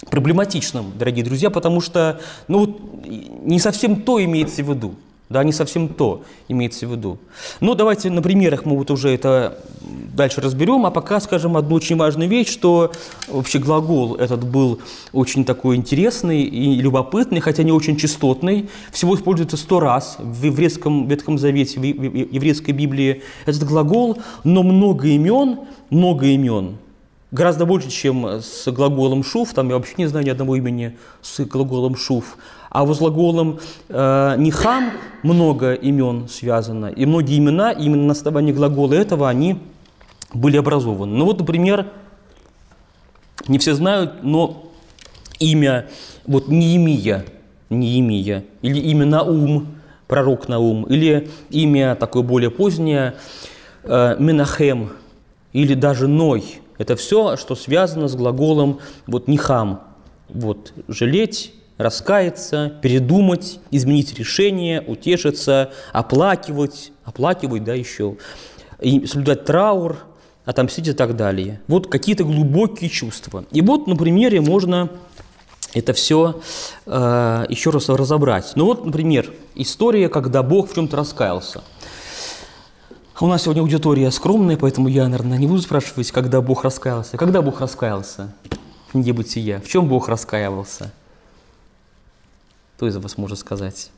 проблематичным, дорогие друзья, потому что ну, не совсем то имеется в виду. Да, не совсем то имеется в виду. Но давайте на примерах мы вот уже это дальше разберем, а пока скажем одну очень важную вещь, что вообще глагол этот был очень такой интересный и любопытный, хотя не очень частотный. Всего используется 100 раз в еврейском Ветхом Завете, в еврейской Библии этот глагол, но много имен, гораздо больше, чем с глаголом «шув», там я вообще не знаю ни одного имени с глаголом «шув». А вот с глаголом «нихам» много имен связано, и многие имена, именно на основании глагола этого, они были образованы. Ну вот, например, не все знают, но имя вот Неемия, или имя Наум, пророк Наум, или имя такое более позднее Менахем, или даже Ной. Это все, что связано с глаголом вот «нихам», вот «жалеть», раскаяться, передумать, изменить решение, утешиться, оплакивать, да, еще, и соблюдать траур, отомстить и так далее. Вот какие-то глубокие чувства. И вот на примере можно это все еще раз разобрать. Ну вот, например, история, когда Бог в чем-то раскаялся. У нас сегодня аудитория скромная, поэтому я, наверное, не буду спрашивать, когда Бог раскаялся. Когда Бог раскаялся в книге Бытия? В чем Бог раскаивался? Кто из вас может сказать?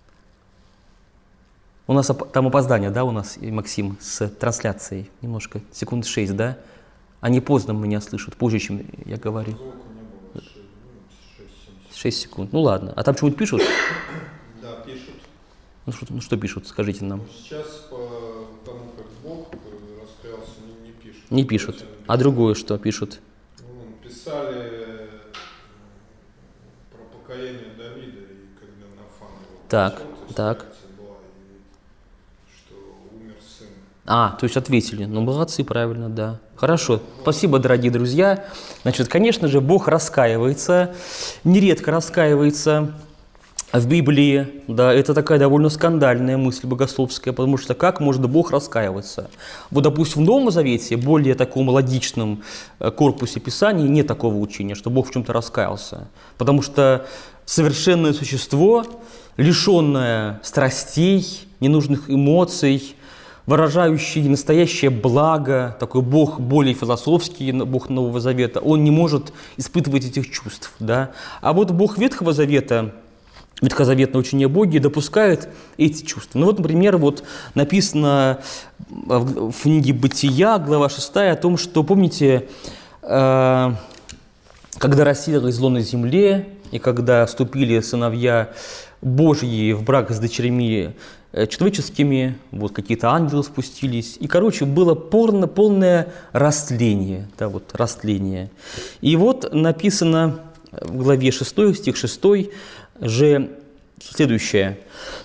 У нас там опоздание, да, у нас, Максим, с трансляцией. Немножко, секунд 6, да? Они поздно меня слышат, позже, чем я говорю. 6 секунд. Ну ладно. А там что-нибудь пишут? Да, пишут. Ну что пишут, скажите нам. Сейчас по тому, как Бог раскаялся, не пишут. Не пишут. А другое что пишут? Писали про покаяние Давида, и когда Нафан его Так. была, что умер сын. То есть ответили. Ну, молодцы, правильно, да. Хорошо. Спасибо, дорогие друзья. Значит, конечно же, Бог раскаивается, нередко раскаивается в Библии. Да, это такая довольно скандальная мысль богословская, потому что как может Бог раскаиваться? Вот, допустим, в Новом Завете, более таком логичном корпусе Писаний, нет такого учения, что Бог в чем-то раскаялся. Потому что совершенное существо, лишенное страстей, ненужных эмоций, выражающий настоящее благо, такой Бог более философский, Бог Нового Завета, он не может испытывать этих чувств. Да? А вот Бог Ветхого Завета, ветхозаветное учение о Боге, допускает эти чувства. Ну вот, например, вот написано в книге Бытия, глава 6, о том, что, помните, когда рассеялось зло на земле, и когда вступили сыновья Божьи в брак с дочерями человеческими, вот какие-то ангелы спустились, и, короче, было полное растление, да, вот растление. И вот написано в главе 6, стих 6, же следующее.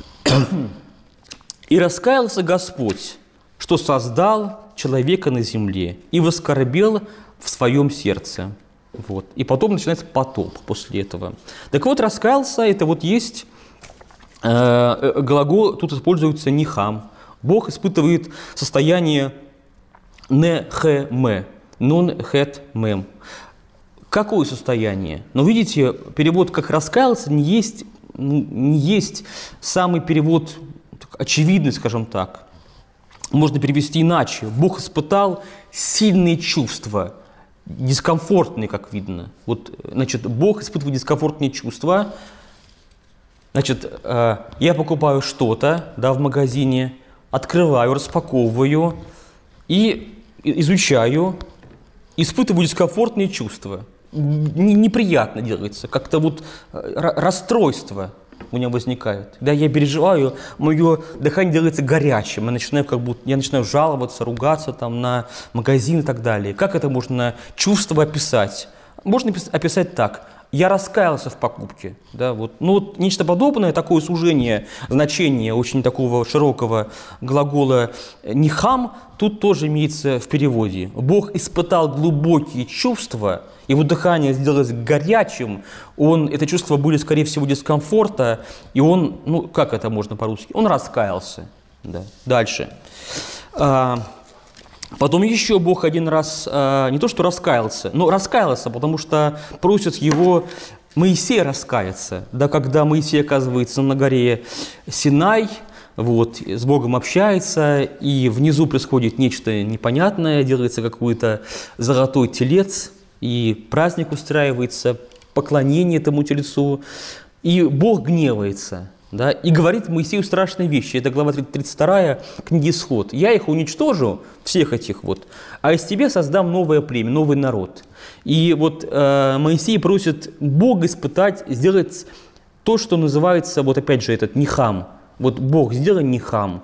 «И раскаялся Господь, что создал человека на земле, и воскорбел в своем сердце». Вот. И потом начинается потоп после этого. Так вот, раскаялся, это вот есть глагол, тут используется «нихам». Бог испытывает состояние «не-хе-ме», «нун-хет-мем». Какое состояние? Но видите, перевод как «раскаялся» не есть самый перевод очевидный, скажем так. Можно перевести иначе. Бог испытал сильные чувства, дискомфортные, как видно. Вот, значит, Бог испытывает дискомфортные чувства. Значит, я покупаю что-то, да, в магазине, открываю, распаковываю и изучаю, испытываю дискомфортные чувства. Неприятно делается, как-то вот расстройство у меня возникает. Да, я переживаю, мое дыхание делается горячим, я начинаю жаловаться, ругаться там, на магазин и так далее. Как это можно чувство описать? Можно описать так. Я раскаялся в покупке. Да, вот. Ну, вот нечто подобное, такое сужение значения очень такого широкого глагола «нихам» тут тоже имеется в переводе. Бог испытал глубокие чувства, его дыхание сделалось горячим, это чувство были, скорее всего, дискомфорта, и он, ну, как это можно по-русски? Он раскаялся. Да. Дальше. Потом еще Бог один раз не то что раскаялся, но раскаялся, потому что просит его Моисея раскаяться. Да, когда Моисей оказывается на горе Синай, вот, с Богом общается, и внизу происходит нечто непонятное, делается какой-то золотой телец, и праздник устраивается, поклонение этому тельцу, и Бог гневается. Да, и говорит Моисею страшные вещи. Это глава 32 книги Исход. «Я их уничтожу, всех этих вот, а из тебя создам новое племя, новый народ». И вот Моисей просит Бога испытать, сделать то, что называется, вот опять же, этот нихам. Вот Бог, сделай нихам,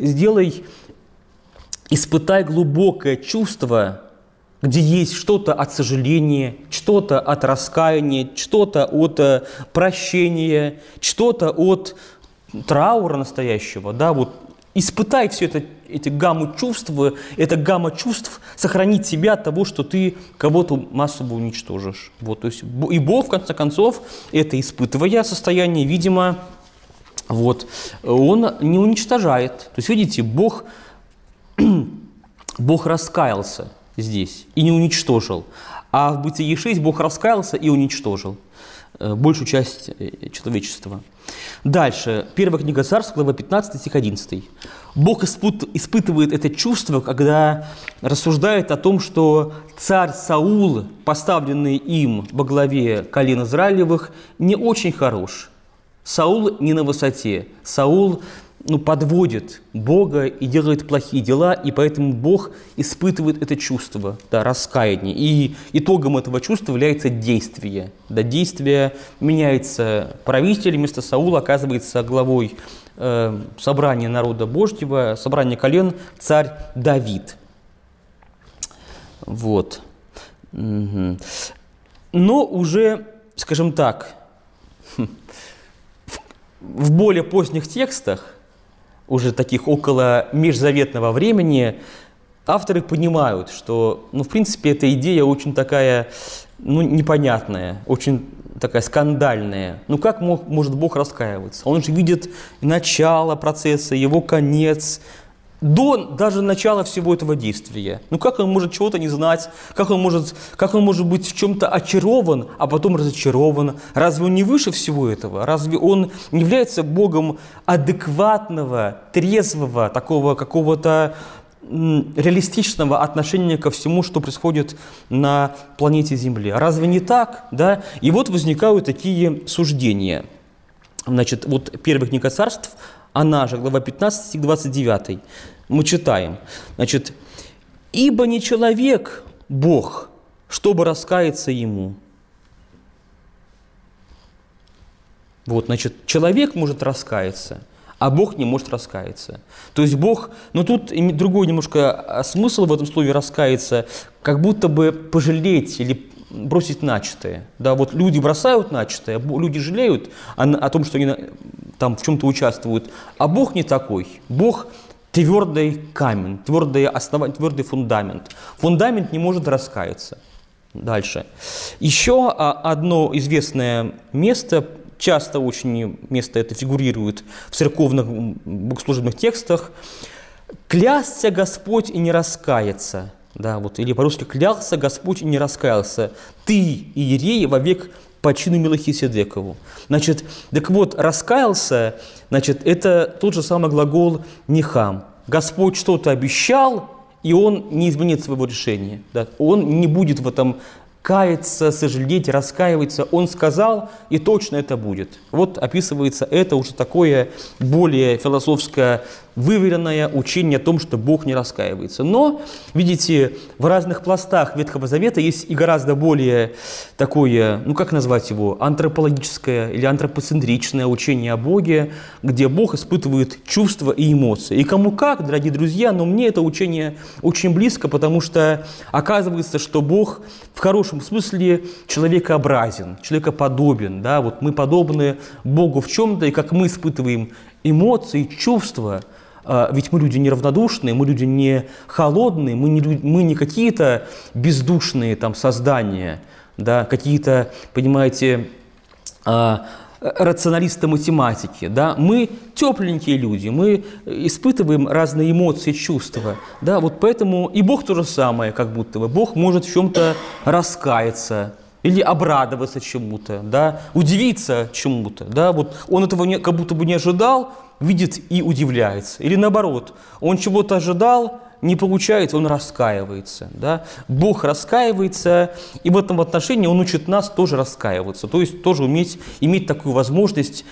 испытай глубокое чувство, где есть что-то от сожаления, что-то от раскаяния, что-то от прощения, что-то от траура настоящего. Да, вот испытай все это, эти гамму чувств, эта гамма чувств сохранить себя от того, что ты кого-то массово уничтожишь. Вот, то есть, и Бог, в конце концов, это испытывая состояние, видимо, вот, он не уничтожает. То есть, видите, Бог раскаялся здесь и не уничтожил. А в Бытие 6 Бог раскаялся и уничтожил большую часть человечества. Дальше. Первая книга Царств, глава 15, стих 11. Бог испытывает это чувство, когда рассуждает о том, что царь Саул, поставленный им во главе колен Израилевых, не очень хорош. Саул не на высоте. Саул подводит Бога и делает плохие дела, и поэтому Бог испытывает это чувство, да, раскаяния. И итогом этого чувства является действие. Да, действие меняется правитель, вместо Саула оказывается главой собрания народа Божьего, собрания колен, царь Давид. Вот. Но уже, скажем так, в более поздних текстах, уже таких около межзаветного времени, авторы понимают, что, в принципе, эта идея очень такая, непонятная, очень такая скандальная. Как может Бог раскаиваться? Он же видит начало процесса, его конец, до даже начала всего этого действия. Как он может чего-то не знать? Как он может быть в чем-то очарован, а потом разочарован? Разве он не выше всего этого? Разве он не является Богом адекватного, трезвого, такого какого-то реалистичного отношения ко всему, что происходит на планете Земля? Разве не так? Да? И вот возникают такие суждения. Значит, вот первая книга Царств, она же, глава 15, стих 29, мы читаем. Значит, «Ибо не человек Бог, чтобы раскаяться ему». Вот, значит, человек может раскаяться, а Бог не может раскаяться. То есть Бог, тут другой немножко смысл в этом слове «раскаяться», как будто бы пожалеть или бросить начатое. Да, вот люди бросают начатое, люди жалеют о том, что они там в чем-то участвуют, а Бог не такой. Бог твердый камень, твердое основание, твердый фундамент. Фундамент не может раскаяться. Дальше. Еще одно известное место, часто очень место это фигурирует в церковных богослужебных текстах. «Клясться Господь и не раскаяться». Да, вот, или по-русски «клялся Господь и не раскаялся, ты, иерей, вовек по чину Мелхиседекову». Значит, так вот, раскаялся, значит, это тот же самый глагол «нихам». Господь что-то обещал, и он не изменит своего решения. Да? Он не будет в этом каяться, сожалеть, раскаиваться. Он сказал, и точно это будет. Вот описывается это уже такое более философское, выверенное учение о том, что Бог не раскаивается. Но, видите, в разных пластах Ветхого Завета есть и гораздо более такое, как назвать его, антропологическое или антропоцентричное учение о Боге, где Бог испытывает чувства и эмоции. И кому как, дорогие друзья, но мне это учение очень близко, потому что оказывается, что Бог в хорошем смысле человекообразен, человекоподобен. Да? Вот мы подобны Богу в чем-то, и как мы испытываем эмоции, чувства. Ведь мы люди неравнодушные, мы люди не холодные, мы не какие-то бездушные там создания, да, какие-то, понимаете, рационалисты математики, да, мы тепленькие люди, мы испытываем разные эмоции, чувства, да, вот поэтому и Бог то же самое, как будто бы. Бог может в чем-то раскаяться или обрадоваться чему-то, да, удивиться чему-то, да, вот он этого как будто бы не ожидал, видит и удивляется, или наоборот, он чего-то ожидал, не получается, он раскаивается. Да? Бог раскаивается, и в этом отношении Он учит нас тоже раскаиваться, то есть тоже иметь такую возможность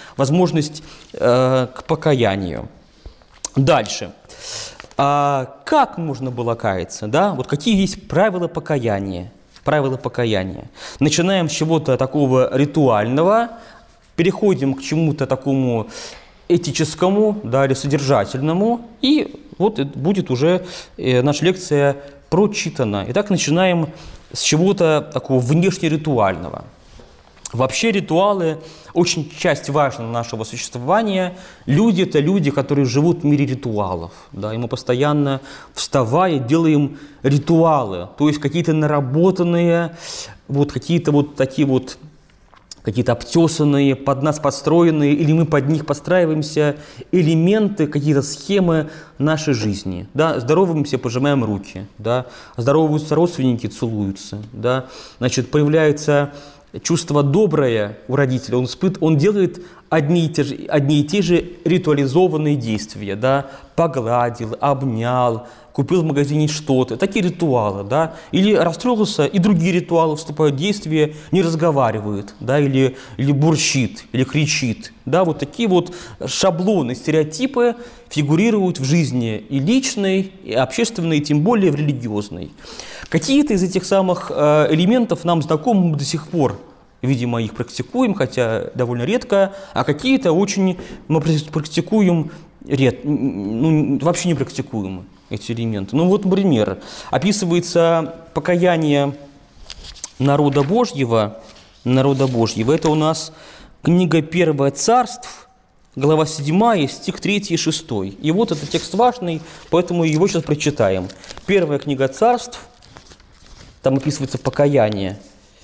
к покаянию. Дальше. Как можно было каяться? Да? Вот какие есть правила покаяния? Правила покаяния. Начинаем с чего-то такого ритуального, переходим к чему-то такому этическому, да, или содержательному, и вот будет уже наша лекция прочитана. Итак, начинаем с чего-то такого внешнеритуального. Вообще ритуалы очень часть важна нашего существования. Люди – это люди, которые живут в мире ритуалов. Да, и мы постоянно, вставая, делаем ритуалы, то есть какие-то наработанные, вот какие-то вот такие вот, какие-то обтесанные, под нас подстроенные, или мы под них подстраиваемся, элементы, какие-то схемы нашей жизни. Да? Здороваемся, пожимаем руки, да? Здороваются родственники, целуются. Да? Значит, появляется чувство доброе у родителя, он делает одни и те же ритуализованные действия. Да? Погладил, обнял, купил в магазине что-то. Такие ритуалы, да. Или расстроился, и другие ритуалы вступают в действие, не разговаривает, да, или бурчит, или кричит. Да, вот такие вот шаблоны, стереотипы фигурируют в жизни и личной, и общественной, и тем более в религиозной. Какие-то из этих самых элементов нам знакомы, мы до сих пор, видимо, их практикуем, хотя довольно редко, а какие-то очень мы практикуем вообще не практикуем эти элементы. Ну вот, например, описывается покаяние народа Божьего. Это у нас книга 1 Царств, глава 7, стих 3 и 6. И вот этот текст важный, поэтому его сейчас прочитаем. 1 книга Царств, там описывается покаяние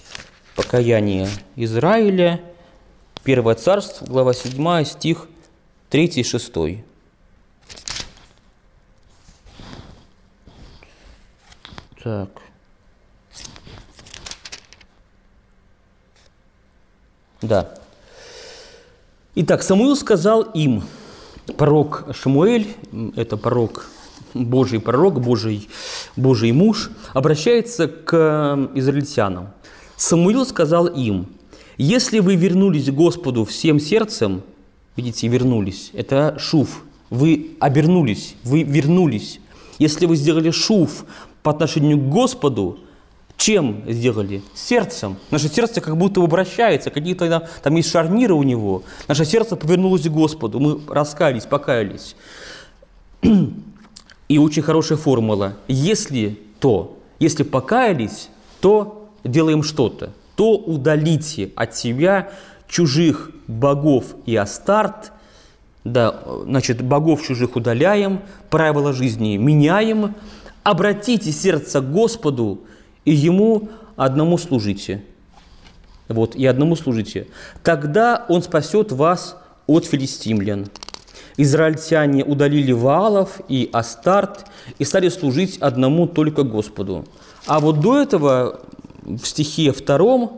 Израиля. 1 Царств, глава 7, стих 3 и 6. Так. Да. Итак, Самуил сказал им, пророк Шмуэль, это Божий муж, обращается к израильтянам. Самуил сказал им: если вы вернулись к Господу всем сердцем, видите, вернулись, это шув, вы обернулись, вы вернулись. Если вы сделали шув по отношению к Господу, чем сделали? Сердцем. Наше сердце как будто обращается, какие-то там есть шарниры у него. Наше сердце повернулось к Господу, мы раскаялись, покаялись. И очень хорошая формула. Если покаялись, то делаем что-то. То удалите от себя чужих богов и астарт. Да, значит, богов чужих удаляем, правила жизни меняем. Обратите сердце к Господу, и Ему одному служите. Вот, и одному служите. Тогда Он спасет вас от филистимлян. Израильтяне удалили Ваалов и Астарт и стали служить одному только Господу. А вот до этого в стихе 2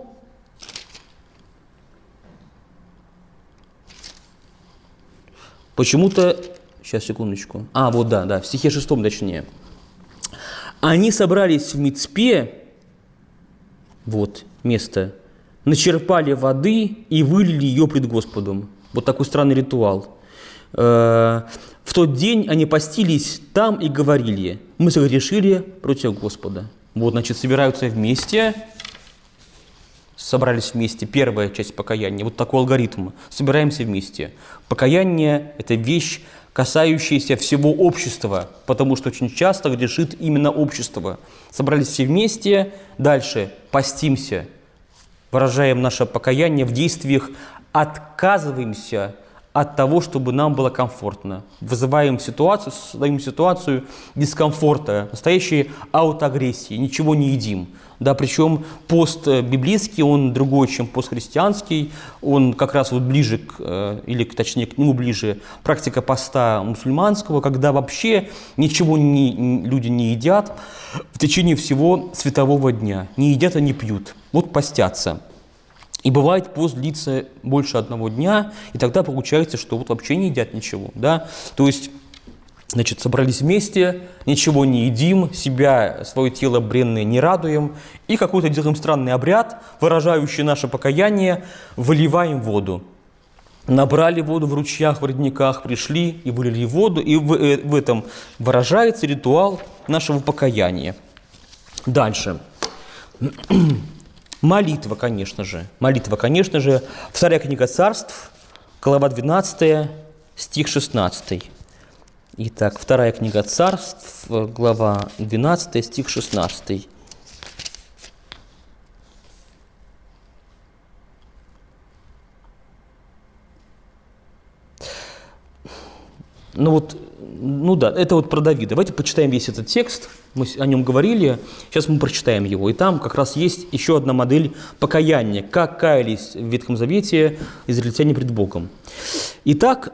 почему-то... Сейчас, секундочку. Вот да, в стихе 6 точнее. Они собрались в Мицпе, вот место, начерпали воды и вылили ее пред Господом. Вот такой странный ритуал. В тот день они постились там и говорили: мы согрешили против Господа. Вот, значит, собираются вместе, собрались вместе, первая часть покаяния, вот такой алгоритм, собираемся вместе. Покаяние – это вещь, касающаяся всего общества, потому что очень часто грешит именно общество. Собрались все вместе, дальше постимся, выражаем наше покаяние в действиях, отказываемся от того, чтобы нам было комфортно. Вызываем ситуацию, создаем ситуацию дискомфорта, настоящей аутоагрессии, ничего не едим. Да, причем пост библейский, он другой, чем пост христианский, он как раз вот ближе, или точнее к нему ближе практика поста мусульманского, когда вообще ничего люди не едят в течение всего светового дня, не едят и не пьют, вот постятся. И бывает, пост длится больше одного дня, и тогда получается, что вот вообще не едят ничего, да, то есть, значит, собрались вместе, ничего не едим, себя, свое тело бренное не радуем, и какой-то делаем странный обряд, выражающий наше покаяние, выливаем воду. Набрали воду в ручьях, в родниках, пришли и вылили воду, и в этом выражается ритуал нашего покаяния. Дальше. Молитва, конечно же. Вторая книга Царств, глава 12, стих 16. Итак, вторая книга Царств, глава 12, стих 16. Это вот про Давида. Давайте почитаем весь этот текст. Мы о нем говорили, сейчас мы прочитаем его. И там как раз есть еще одна модель покаяния, как каялись в Ветхом Завете израильтяне пред Богом. Итак,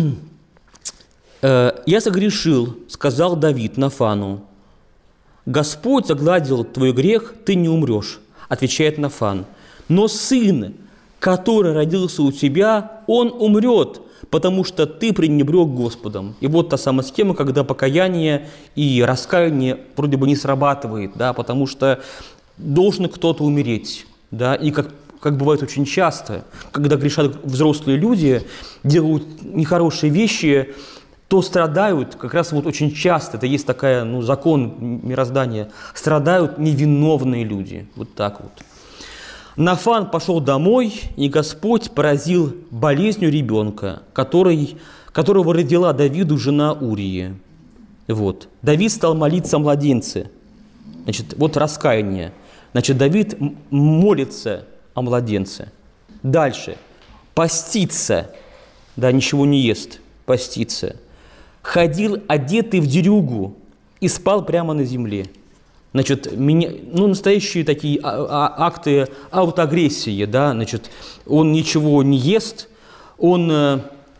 «Я согрешил, сказал Давид Нафану. Господь загладил твой грех, ты не умрешь», отвечает Нафан. «Но сын, который родился у тебя, он умрет, потому что ты пренебрег Господом». И вот та самая схема, когда покаяние и раскаяние вроде бы не срабатывает, да, потому что должен кто-то умереть. Да, и как бывает очень часто, когда грешат взрослые люди, делают нехорошие вещи, то страдают как раз вот очень часто, это есть такая, закон мироздания, страдают невиновные люди. Вот так вот. Нафан пошел домой, и Господь поразил болезнью ребенка, которого родила Давиду жена Урии. Вот. Давид стал молиться о младенце. Значит, вот раскаяние. Значит, Давид молится о младенце. Дальше. Постится. Да, ничего не ест. Постится. Ходил одетый в дерюгу и спал прямо на земле. Значит, настоящие такие акты аутоагрессии, да, значит, он ничего не ест, он,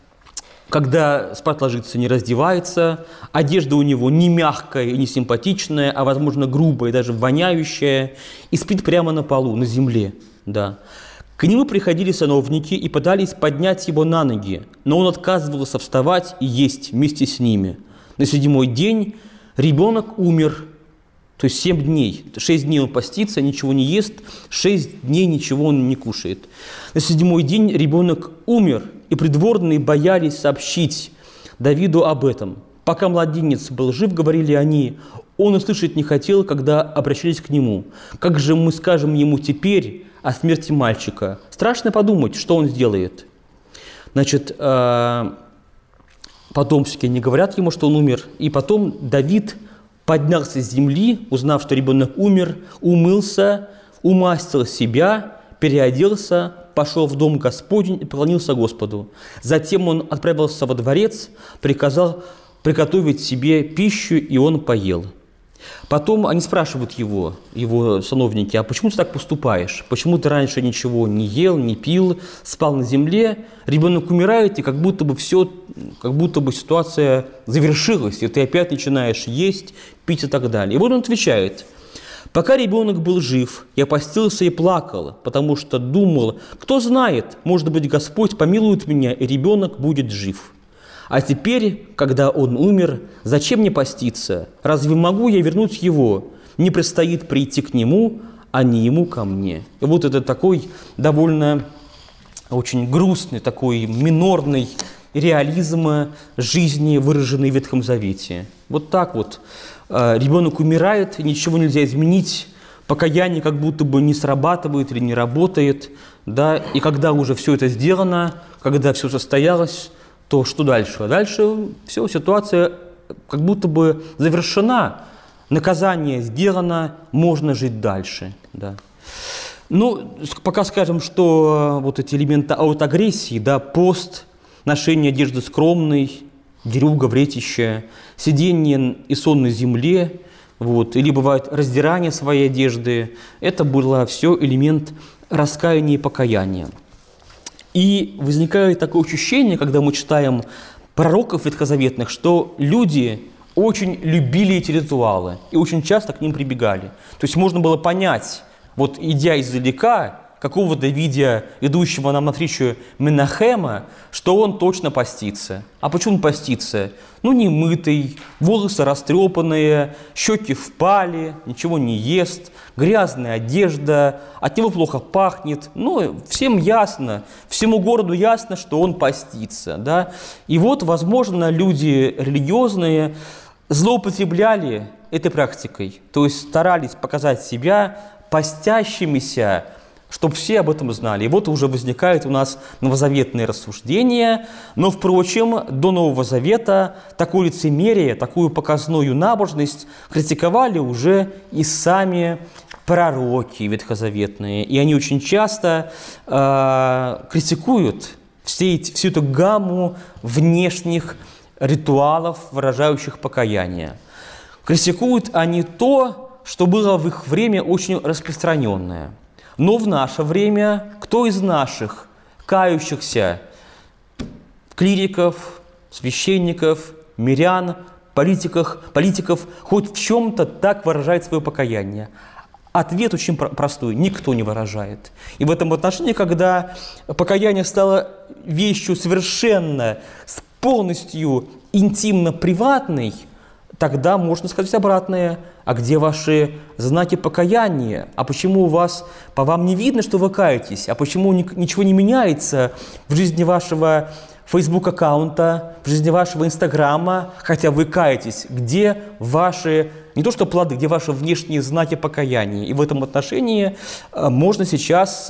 когда спать ложится, не раздевается, одежда у него не мягкая и не симпатичная, а, возможно, грубая и даже воняющая, и спит прямо на полу, на земле, да. К нему приходили сановники и пытались поднять его на ноги, но он отказывался вставать и есть вместе с ними. На 7-й день ребенок умер. То есть 7 дней, 6 дней он постится, ничего не ест, 6 дней ничего он не кушает. На 7-й день ребенок умер, и придворные боялись сообщить Давиду об этом. Пока младенец был жив, говорили они, он услышать не хотел, когда обращались к нему. Как же мы скажем ему теперь о смерти мальчика? Страшно подумать, что он сделает. Значит, потомщики не говорят ему, что он умер, и потом Давид поднялся с земли, узнав, что ребенок умер, умылся, умастил себя, переоделся, пошел в дом Господень и поклонился Господу. Затем он отправился во дворец, приказал приготовить себе пищу, и он поел. Потом они спрашивают его сановники, а почему ты так поступаешь? Почему ты раньше ничего не ел, не пил, спал на земле? Ребенок умирает, и как будто бы ситуация завершилась, и ты опять начинаешь есть, пить и так далее. И вот он отвечает: пока ребенок был жив, я постился и плакал, потому что думал, кто знает, может быть, Господь помилует меня, и ребенок будет жив. А теперь, когда он умер, зачем мне поститься? Разве могу я вернуть его? Мне предстоит прийти к нему, а не ему ко мне. И вот это такой довольно очень грустный, такой минорный реализм жизни, выраженный в Ветхом Завете. Вот так вот. Ребенок умирает, ничего нельзя изменить, покаяние как будто бы не срабатывает или не работает. Да? И когда уже все это сделано, когда все состоялось, то что дальше? А дальше все, ситуация как будто бы завершена, наказание сделано, можно жить дальше. Да. Пока скажем, что вот эти элементы аутоагрессии, да, пост, ношение одежды скромной, дерюга, вретище, сидение и сон на земле, вот, или бывает раздирание своей одежды. Это было все элемент раскаяния и покаяния. И возникает такое ощущение, когда мы читаем пророков ветхозаветных, что люди очень любили эти ритуалы и очень часто к ним прибегали. То есть можно было понять, вот идя издалека, какого-то видя идущего нам навстречу Менахема, что он точно постится. А почему он постится? Ну, не мытый, волосы растрепанные, щеки впали, ничего не ест, грязная одежда, от него плохо пахнет. Ну, всем ясно, всему городу ясно, что он постится. Да? И вот, возможно, люди религиозные злоупотребляли этой практикой, то есть старались показать себя постящимися, чтобы все об этом знали. И вот уже возникает у нас новозаветное рассуждение, но, впрочем, до Нового Завета такое лицемерие, такую показную набожность критиковали уже и сами пророки ветхозаветные. И они очень часто критикуют всю эту гамму внешних ритуалов, выражающих покаяние. Критикуют они то, что было в их время очень распространенное. Но в наше время кто из наших кающихся клириков, священников, мирян, политиков хоть в чем-то так выражает свое покаяние? Ответ очень простой – никто не выражает. И в этом отношении, когда покаяние стало вещью совершенно, полностью интимно-приватной, тогда можно сказать обратное. А где ваши знаки покаяния? А почему у вас, по вам не видно, что вы каетесь? А почему ничего не меняется в жизни вашего Facebook-аккаунта, в жизни вашего Инстаграма, хотя вы каетесь? Где ваши, не то что плоды, где ваши внешние знаки покаяния? И в этом отношении можно сейчас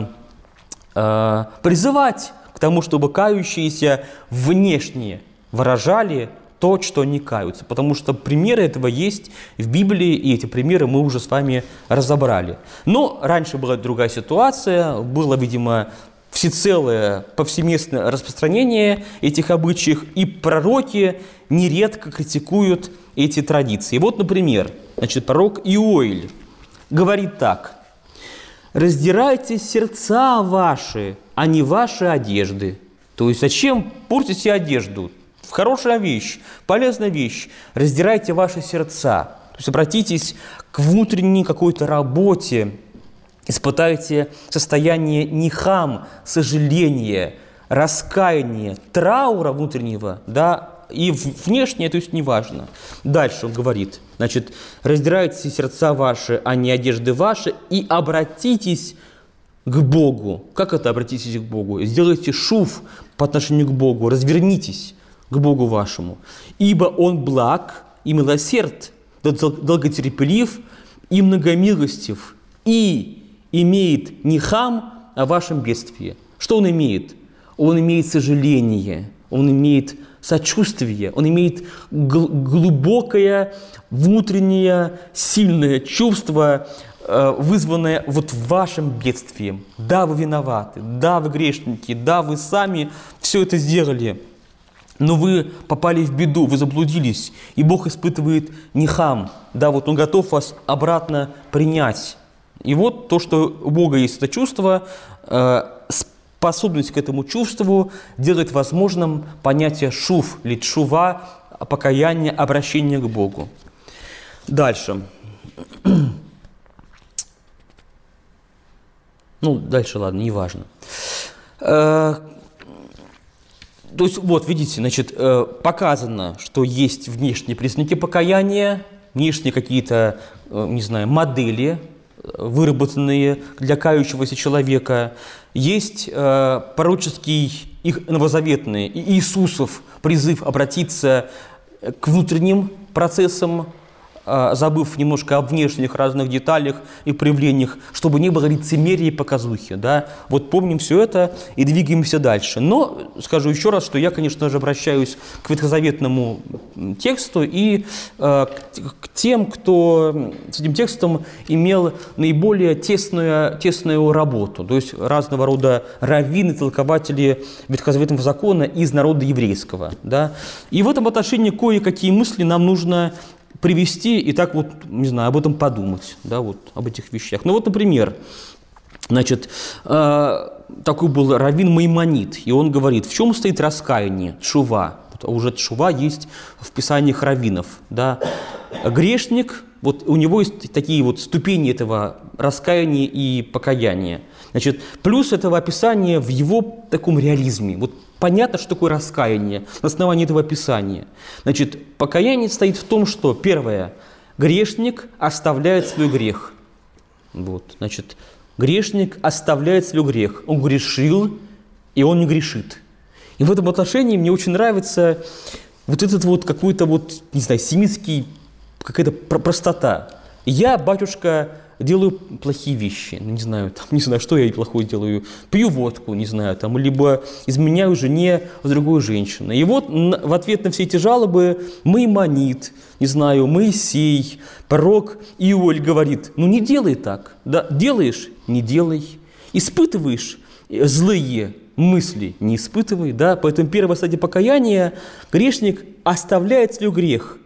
призывать к тому, чтобы кающиеся внешне выражали то, что они каются. Потому что примеры этого есть в Библии, и эти примеры мы уже с вами разобрали. Но раньше была другая ситуация, было, видимо, всецелое повсеместное распространение этих обычаев, и пророки нередко критикуют эти традиции. Вот, например, пророк Иоэль говорит так: «Раздирайте сердца ваши, а не ваши одежды». То есть зачем портить себе одежду? Хорошая вещь, полезная вещь. Раздирайте ваши сердца. То есть обратитесь к внутренней какой-то работе, испытайте состояние нихам, сожаления, раскаяния, траура внутреннего, да, и внешнее, то есть неважно. Дальше он говорит, раздирайте сердца ваши, а не одежды ваши, и обратитесь к Богу. Как это обратитесь к Богу? Сделайте шув по отношению к Богу, развернитесь к Богу вашему. Ибо Он благ и милосерд, долготерпелив и многомилостив, и имеет нихам о вашем бедствии. Что Он имеет? Он имеет сожаление, Он имеет сочувствие, Он имеет глубокое, внутреннее, сильное чувство, вызванное вот вашим бедствием. Да, вы виноваты, да, вы грешники, да, вы сами все это сделали, но вы попали в беду, вы заблудились, и Бог испытывает нихам, да, вот Он готов вас обратно принять. И вот то, что у Бога есть это чувство, способность к этому чувству делает возможным понятие шув, или тшува, покаяние, обращение к Богу. Дальше. Дальше, ладно, неважно. То есть, вот, видите, показано, что есть внешние признаки покаяния, внешние какие-то, модели, выработанные для кающегося человека. Есть пророческий, их новозаветный, Иисусов призыв обратиться к внутренним процессам забыв немножко о внешних разных деталях и проявлениях, чтобы не было лицемерия и показухи. Да? Вот помним все это и двигаемся дальше. Но скажу еще раз, что я, конечно же, обращаюсь к ветхозаветному тексту и к тем, кто с этим текстом имел наиболее тесную работу, то есть разного рода раввины, толкователи ветхозаветного закона из народа еврейского. Да? И в этом отношении кое-какие мысли нам нужно привести и так вот, не знаю, об этом подумать, да, вот об этих вещах. Ну вот, например, значит, такой был раввин Маймонид, и он говорит, в чем стоит раскаяние, тшува. Вот, уже тшува есть в писаниях раввинов, да. Грешник, вот у него есть такие вот ступени этого раскаяния и покаяния. Значит, плюс этого описания в его таком реализме. Вот понятно, что такое раскаяние на основании этого описания. Значит, покаяние стоит в том, что, первое, грешник оставляет свой грех. Вот, значит, грешник оставляет свой грех. Он грешил, и он не грешит. И в этом отношении мне очень нравится вот этот вот какой-то вот, не знаю, семитский, какая-то простота. Я, батюшка, делаю плохие вещи, не знаю, что я плохое делаю, пью водку, не знаю, там, либо изменяю жене с другой женщиной. И вот в ответ на все эти жалобы Маймонид, не знаю, Моисей, пророк Иоль говорит, ну не делай так, да, делаешь, не делай, испытываешь злые мысли, не испытывай, да, поэтому первая стадия покаяния, грешник оставляет свой грех.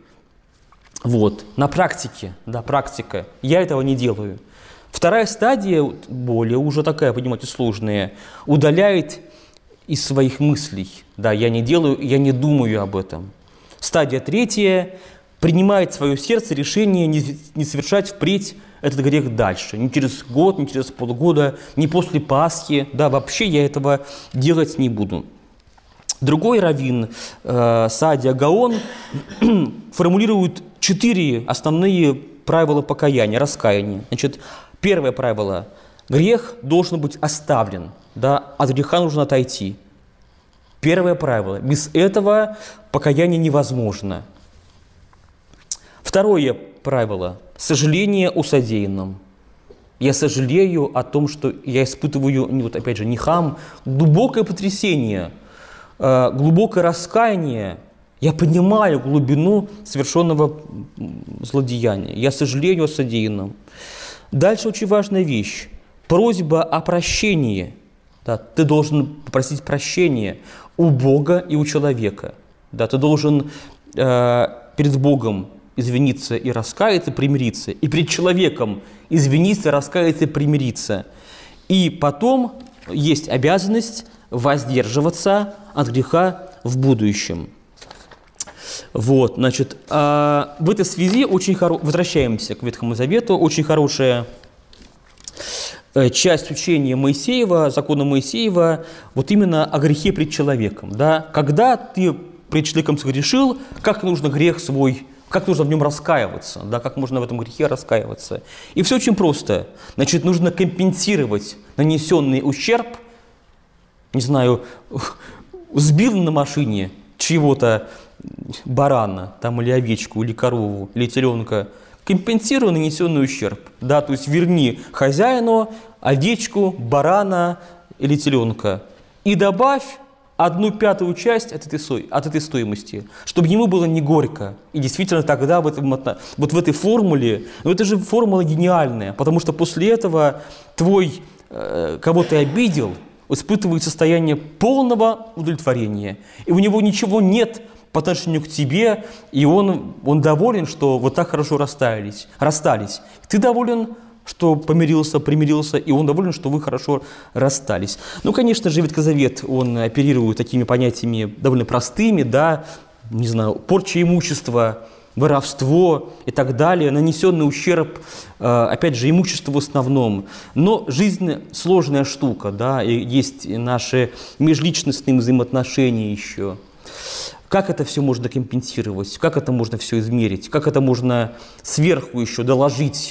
Вот, на практике, да, практика. Я этого не делаю. Вторая стадия, более уже такая, понимаете, сложная, удаляет из своих мыслей. Да, я не делаю, я не думаю об этом. Стадия третья, принимает в свое сердце решение не совершать впредь этот грех дальше. Не через год, не через полгода, не после Пасхи. Да, вообще я этого делать не буду. Другой раввин, Сааdia Гаон, формулирует 4 основные правила покаяния, раскаяния. Значит, первое правило – грех должен быть оставлен, да, от греха нужно отойти. Первое правило – без этого покаяние невозможно. Второе правило – сожаление о содеянном. Я сожалею о том, что я испытываю, вот опять же, нихам, глубокое потрясение, глубокое раскаяние. Я понимаю глубину совершенного злодеяния. Я сожалею о содеянном. Дальше очень важная вещь. Просьба о прощении. Да, ты должен попросить прощения у Бога и у человека. Да, ты должен перед Богом извиниться и раскаяться, примириться. И перед человеком извиниться, раскаяться и примириться. И потом есть обязанность воздерживаться от греха в будущем. Вот, значит, в этой связи возвращаемся к Ветхому Завету, очень хорошая часть учения Моисеева, закона Моисеева, вот именно о грехе пред человеком. Да? Когда ты пред человеком согрешил, как нужно грех свой, как нужно в нем раскаиваться, да? Как можно в этом грехе раскаиваться. И все очень просто. Значит, нужно компенсировать нанесенный ущерб, не знаю, сбил на машине чьего-то барана, там, или овечку, или корову, или теленка, компенсируй нанесенный ущерб. Да, то есть верни хозяину овечку, барана или теленка и добавь 1/5 часть от этой стоимости, чтобы ему было не горько. И действительно тогда вот в этой формуле, ну это же формула гениальная, потому что после этого кого ты обидел, испытывает состояние полного удовлетворения. И у него ничего нет по отношению к тебе, и он доволен, что вот так хорошо расстались. Ты доволен, что примирился, и он доволен, что вы хорошо расстались. Ну, конечно же, Ветхий Завет, он оперирует такими понятиями довольно простыми, да, не знаю, порча имущества, воровство и так далее, нанесенный ущерб, опять же, имуществу в основном. Но жизнь сложная штука, да, и есть наши межличностные взаимоотношения еще. Как это все можно компенсировать, как это можно все измерить, как это можно сверху еще доложить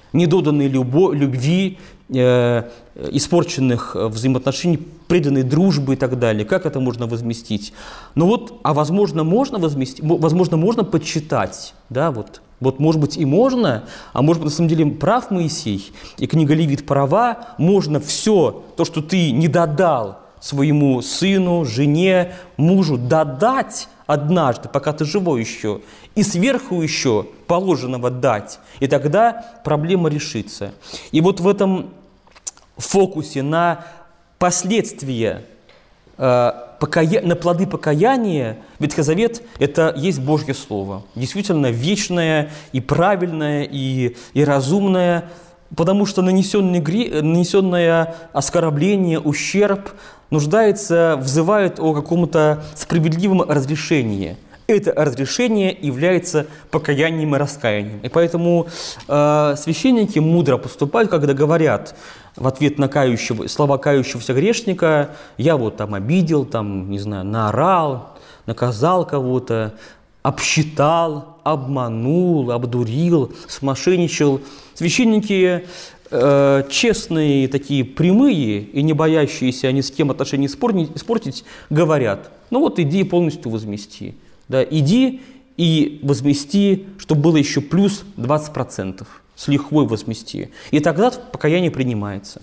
недоданной любви, испорченных взаимоотношений, преданной дружбы и так далее. Как это можно возместить? Ну вот, а возможно, можно возместить, возможно, можно подсчитать, да, вот может быть и можно, а может быть на самом деле прав Моисей, и книга Левит права, можно все то, что ты не додал своему сыну, жене, мужу, додать однажды, пока ты живой еще, и сверху еще положенного дать, и тогда проблема решится. И вот в этом фокусе на последствия, на плоды покаяния Ветхий Завет – это есть Божье Слово. Действительно вечное и правильное, и разумное, потому что нанесенное оскорбление, ущерб взывает о каком-то справедливом разрешении. Это разрешение является покаянием и раскаянием. И поэтому священники мудро поступают, когда говорят в ответ на слова кающегося грешника: я вот там обидел, там, не знаю, наорал, наказал кого-то, обсчитал, обманул, обдурил, смошенничал. Священники честные, такие прямые и не боящиеся ни с кем отношения испортить, говорят: ну вот иди и полностью возмести. Да, иди и возмести, чтобы было еще плюс 20%. С лихвой возмести. И тогда покаяние принимается.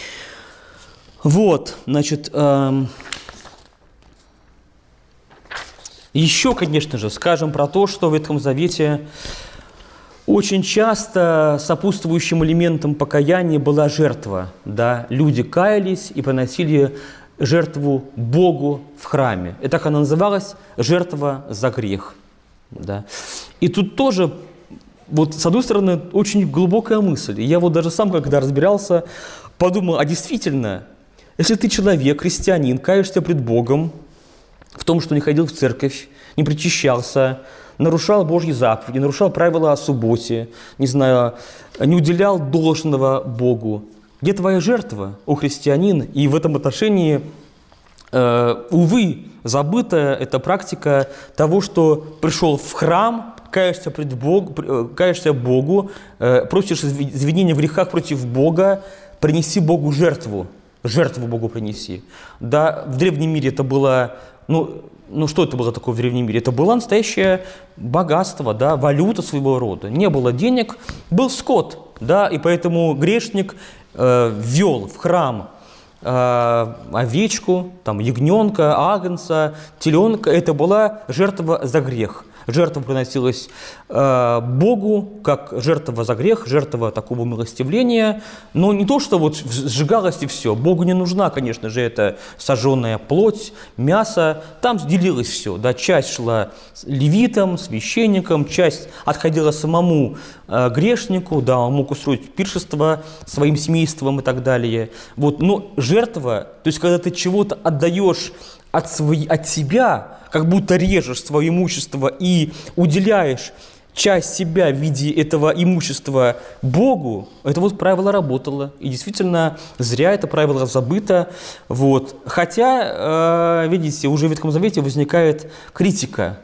Вот, значит, еще, конечно же, скажем про то, что в Ветхом Завете очень часто сопутствующим элементом покаяния была жертва. Да? Люди каялись и приносили жертву Богу в храме. И так она называлась «жертва за грех». Да? И тут тоже, вот, с одной стороны, очень глубокая мысль. И я вот даже сам, когда разбирался, подумал, а действительно, если ты человек, христианин, каешься пред Богом в том, что не ходил в церковь, не причащался, нарушал Божьи заповеди, нарушал правила о субботе, не знаю, не уделял должного Богу, где твоя жертва, о христианин? И в этом отношении, увы, забыта эта практика того, что пришел в храм, каешься Богу, просишь извинения в грехах против Бога, принеси Богу жертву Богу принеси. Да, в древнем мире это было, ну что это было такое в древнем мире? Это было настоящее богатство, да, валюта своего рода. Не было денег, был скот, да, и поэтому грешник ввел в храм овечку, там, ягненка, агнца, теленка. Это была жертва за грех. Жертва приносилась Богу, как жертва за грех, жертва такого умилостивления. Но не то, что вот сжигалось и все. Богу не нужна, конечно же, эта сожженная плоть, мясо. Там делилось все. Да? Часть шла левитам, священникам, часть отходила самому грешнику, да, он мог устроить пиршество своим семейством и так далее. Вот. Но жертва, то есть когда ты чего-то отдаешь от себя, как будто режешь свое имущество и уделяешь часть себя в виде этого имущества Богу, это вот правило работало. И действительно, зря это правило забыто. Вот. Хотя, видите, уже в Ветхом Завете возникает критика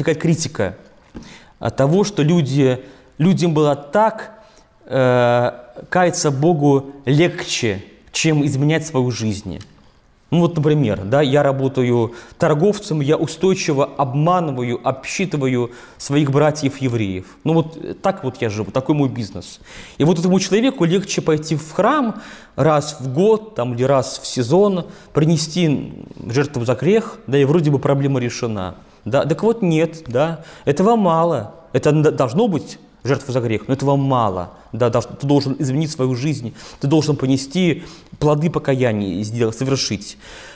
от того, что людям было так каяться Богу легче, чем изменять свою жизнь. Ну вот, например, да, я работаю торговцем, я устойчиво обманываю, обсчитываю своих братьев-евреев. Ну вот так вот я живу, такой мой бизнес. И вот этому человеку легче пойти в храм раз в год там, или раз в сезон, принести жертву за грех, да, и вроде бы проблема решена. Да, так вот нет, да, этого мало. Это должно быть жертва за грех, но этого мало. Да, ты должен изменить свою жизнь, ты должен понести плоды покаяния, совершить.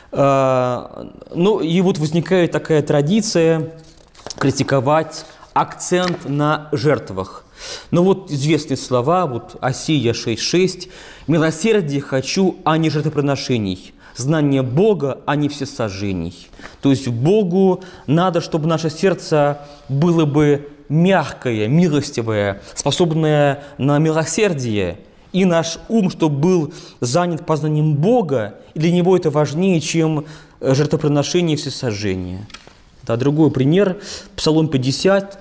Ну и вот возникает такая традиция критиковать акцент на жертвах. Ну вот известные слова, вот Осия 6.6: «Милосердие хочу, а не жертвоприношений, знание Бога, а не всесожжений». То есть Богу надо, чтобы наше сердце было бы мягкое, милостивое, способное на милосердие, и наш ум, чтобы был занят познанием Бога, и для него это важнее, чем жертвоприношение и всесожжение. Да, другой пример, Псалом 50,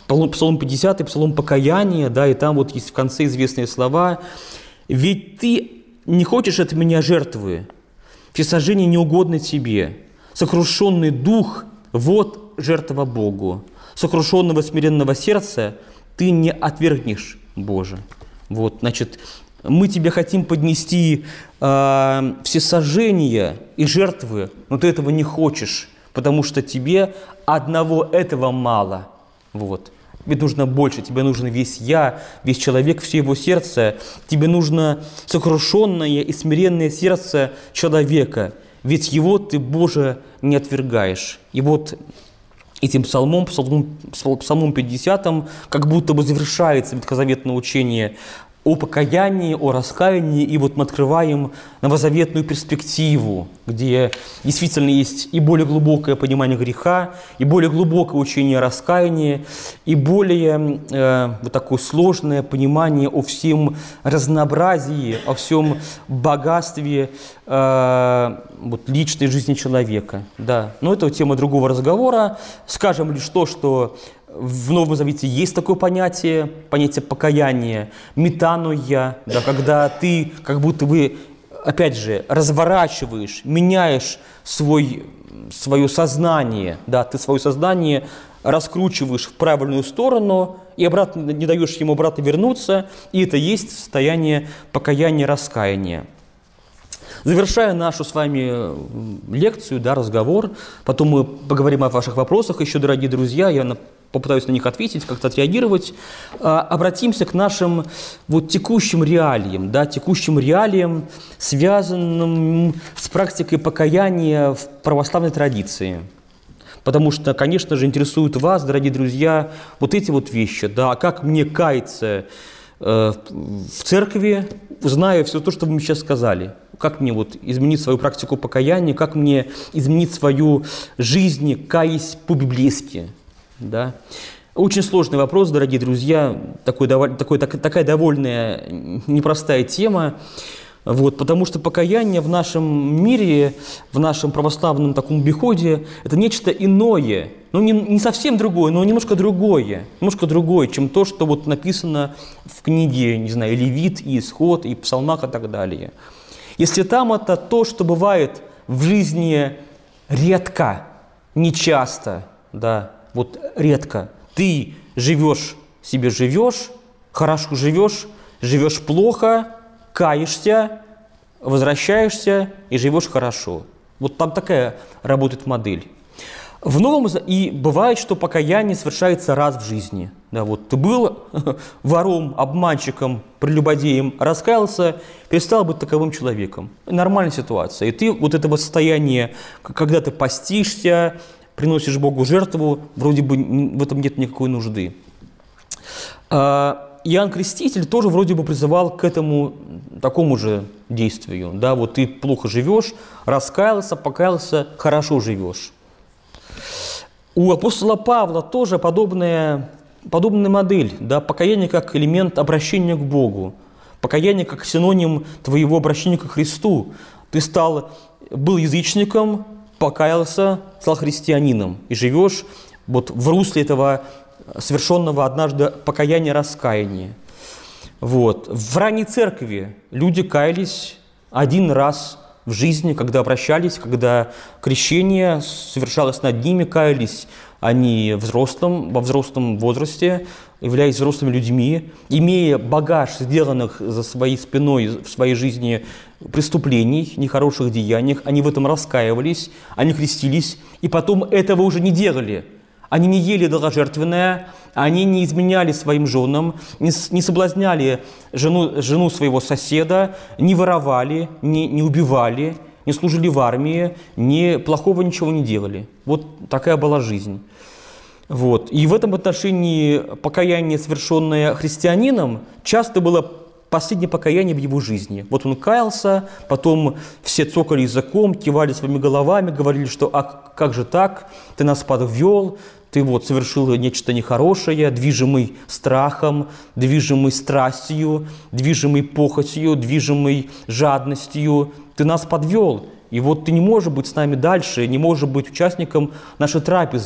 Псалом 50, Псалом покаяния, да, и там вот есть в конце известные слова. «Ведь ты не хочешь от меня жертвы, всесожжение не угодно тебе, сокрушенный дух – вот жертва Богу, сокрушенного смиренного сердца ты не отвергнешь, Боже». Вот, значит, мы тебе хотим поднести всесожжение и жертвы, но ты этого не хочешь, потому что тебе одного этого мало. Вот. Тебе нужно больше, тебе нужен весь я, весь человек, все его сердце. Тебе нужно сокрушенное и смиренное сердце человека, ведь его ты, Боже, не отвергаешь. И вот этим псалмом 50, как будто бы завершается ветхозаветное учение о покаянии, о раскаянии, и вот мы открываем новозаветную перспективу, где действительно есть и более глубокое понимание греха, и более глубокое учение о раскаянии, и более вот такое сложное понимание о всем разнообразии, о всем богатстве вот, личной жизни человека. Да. Но это тема другого разговора. Скажем лишь то, что в Новом Завете есть такое понятие покаяния, метаноя, да, когда ты как будто бы, опять же, разворачиваешь, меняешь свое сознание, да, ты свое сознание раскручиваешь в правильную сторону и обратно, не даешь ему обратно вернуться, и это есть состояние покаяния, раскаяния. Завершая нашу с вами лекцию, да, разговор, потом мы поговорим о ваших вопросах еще, дорогие друзья, я попытаюсь на них ответить, как-то отреагировать. Обратимся к нашим вот текущим реалиям, да, связанным с практикой покаяния в православной традиции. Потому что, конечно же, интересуют вас, дорогие друзья, вот эти вот вещи, да, как мне каяться в церкви, зная все то, что вы мне сейчас сказали. Как мне вот изменить свою практику покаяния, как мне изменить свою жизнь, каясь по-библейски. Да? Очень сложный вопрос, дорогие друзья, такая довольно непростая тема, вот, потому что покаяние в нашем мире, в нашем православном таком обиходе, это нечто иное, ну не совсем другое, но немножко другое, чем то, что вот написано в книге, не знаю, Левит, и Исход, и Псалмах и так далее. Если там это то, что бывает в жизни редко, нечасто, да, вот редко. Ты живешь, хорошо живешь плохо, каешься, возвращаешься и живешь хорошо. Вот там такая работает модель. В новом и бывает, что покаяние совершается раз в жизни. Да, вот ты был вором, обманщиком, прелюбодеем, раскаялся, перестал быть таковым человеком. Нормальная ситуация. И ты вот этого состояния, когда ты постишься, приносишь Богу жертву, вроде бы в этом нет никакой нужды. Иоанн Креститель тоже вроде бы призывал к этому такому же действию. Да, вот ты плохо живешь, раскаялся, покаялся, хорошо живешь. У апостола Павла тоже подобная модель, да, покаяние как элемент обращения к Богу, покаяние как синоним твоего обращения к Христу. Ты был язычником, покаялся, стал христианином и живешь вот в русле этого совершенного однажды покаяния, раскаяния. Вот. В ранней церкви люди каялись один раз в жизни, когда обращались, когда крещение совершалось над ними, каялись они во взрослом возрасте, являясь взрослыми людьми, имея багаж сделанных за своей спиной в своей жизни преступлений, нехороших деяниях, они в этом раскаивались, они крестились, и потом этого уже не делали. Они не ели идоложертвенное, они не изменяли своим женам, не соблазняли жену своего соседа, не воровали, не убивали, не служили в армии, плохого ничего не делали. Вот такая была жизнь. Вот. И в этом отношении покаяние, совершенное христианином, часто было последнее покаяние в его жизни. Вот он каялся, потом все цокали языком, кивали своими головами, говорили, что «а как же так, ты нас подвел, ты вот совершил нечто нехорошее, движимый страхом, движимый страстью, движимый похотью, движимый жадностью, ты нас подвел, и вот ты не можешь быть с нами дальше, не можешь быть участником нашей трапезы».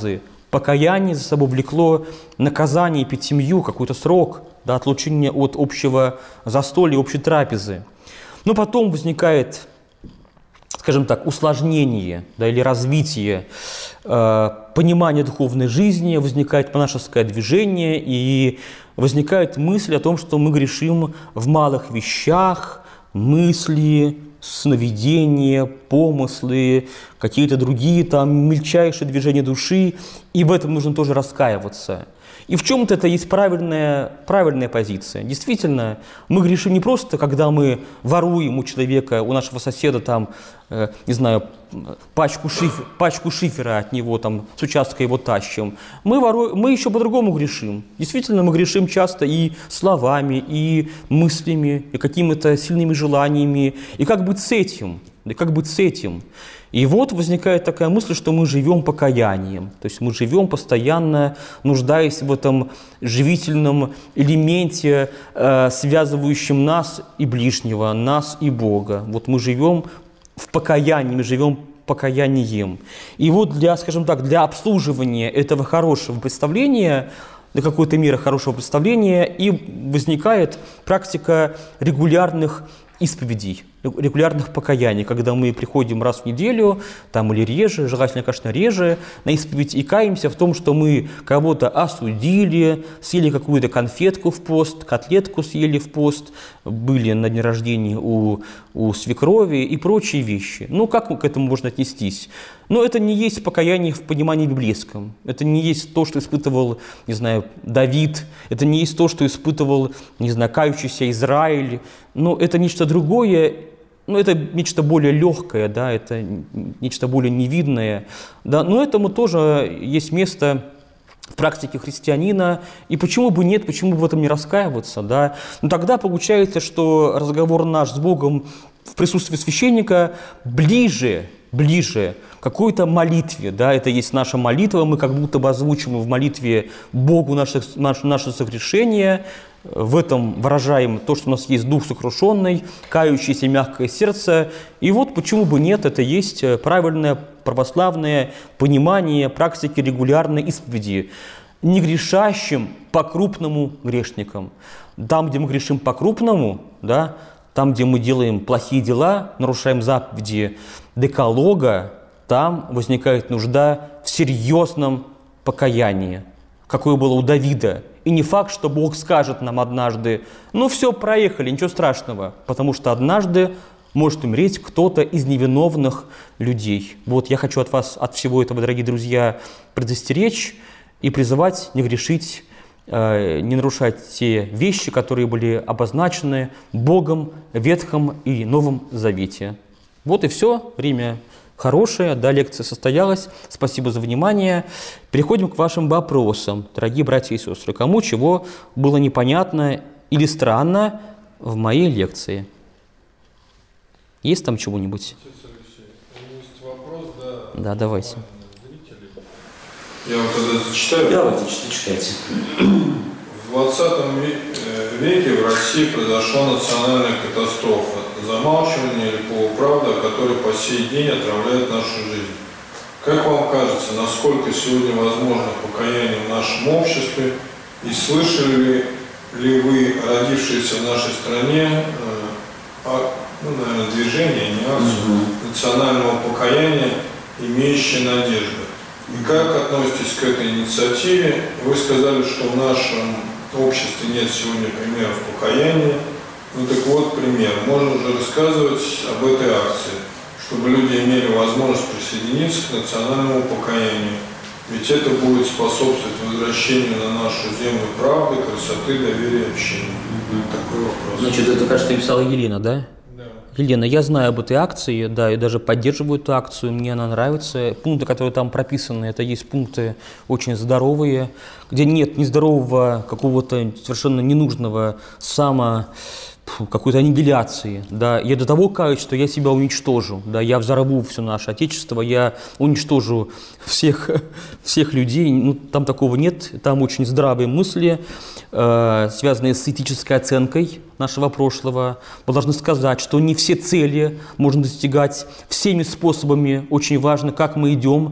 покаяние за собой влекло наказание эпитемию, какой-то срок, да, отлучение от общего застолья, общей трапезы. Но потом возникает, скажем так, усложнение, да, или развитие понимания духовной жизни, возникает монашеское движение, и возникает мысль о том, что мы грешим в малых вещах, мысли, сновидения, помыслы, какие-то другие там мельчайшие движения души, и в этом нужно тоже раскаиваться. И в чем-то это есть правильная позиция. Действительно, мы грешим не просто, когда мы воруем у человека, у нашего соседа, там, не знаю, пачку шифера от него, там, с участка его тащим. Мы еще по-другому грешим. Действительно, мы грешим часто и словами, и мыслями, и какими-то сильными желаниями. И как быть с этим? И вот возникает такая мысль, что мы живем покаянием. То есть мы живем постоянно, нуждаясь в этом живительном элементе, связывающем нас и ближнего, нас и Бога. Вот мы живем в покаянии, мы живем покаянием. И вот для, скажем так, для обслуживания этого хорошего представления, до какой-то меры хорошего представления, и возникает практика регулярных исповедей, регулярных покаяний, когда мы приходим раз в неделю, там или реже, желательно, конечно, реже, на исповедь и каемся в том, что мы кого-то осудили, съели какую-то конфетку в пост, котлетку съели в пост, были на дне рождения у свекрови и прочие вещи. Ну, как к этому можно отнестись? Но это не есть покаяние в понимании библейском. Это не есть то, что испытывал, не знаю, Давид. Это не есть то, что испытывал, не знаю, кающийся Израиль. Но это нечто другое. Ну, это нечто более легкое, да, это нечто более невидное. Да, но этому тоже есть место в практике христианина. И почему бы нет, почему бы в этом не раскаиваться? Да? Но тогда получается, что разговор наш с Богом в присутствии священника ближе к какой-то молитве, да, это есть наша молитва, мы как будто бы озвучиваем в молитве Богу наше согрешение, в этом выражаем то, что у нас есть дух сокрушенный, кающееся мягкое сердце, и вот почему бы нет, это есть правильное православное понимание практики регулярной исповеди, не грешащим по-крупному грешникам. Там, где мы грешим по-крупному, да, там, где мы делаем плохие дела, нарушаем заповеди декалога, там возникает нужда в серьезном покаянии, какое было у Давида. И не факт, что Бог скажет нам однажды: ну все, проехали, ничего страшного, потому что однажды может умереть кто-то из невиновных людей. Вот я хочу от вас, от всего этого, дорогие друзья, предостеречь и призывать не грешить, не нарушать те вещи, которые были обозначены Богом в Ветхом и Новом Завете. Вот и все. Время хорошее, да, лекция состоялась. Спасибо за внимание. Переходим к вашим вопросам, дорогие братья и сестры. Кому чего было непонятно или странно в моей лекции? Есть там чего-нибудь? Есть вопрос, да. Да, давайте. Я вот тогда зачитаю. Давайте, читайте. В 20 веке в России произошла национальная катастрофа, замалчивание или полуправда, которая по сей день отравляет нашу жизнь. Как вам кажется, насколько сегодня возможно покаяние в нашем обществе, и слышали ли вы, родившиеся в нашей стране, наверное, движение, не акцию, национального покаяния, имеющее надежду? И как относитесь к этой инициативе? Вы сказали, что в нашем обществе нет сегодня примеров покаяния. Ну так вот пример. Можно же рассказывать об этой акции, чтобы люди имели возможность присоединиться к национальному покаянию. Ведь это будет способствовать возвращению на нашу землю правды, красоты, доверия, общения. Такой вопрос. Значит, это, кажется, написала Елена, да? Да. Елена, я знаю об этой акции, да, и даже поддерживаю эту акцию, мне она нравится. Пункты, которые там прописаны, это есть пункты очень здоровые, где нет нездорового, какого-то совершенно ненужного какой-то аннигиляции, да, я до того каюсь, что я себя уничтожу, да, я взорву все наше Отечество, я уничтожу всех людей, ну, там такого нет, там очень здравые мысли, связанные с этической оценкой нашего прошлого. Мы должны сказать, что не все цели можно достигать всеми способами, очень важно, как мы идем,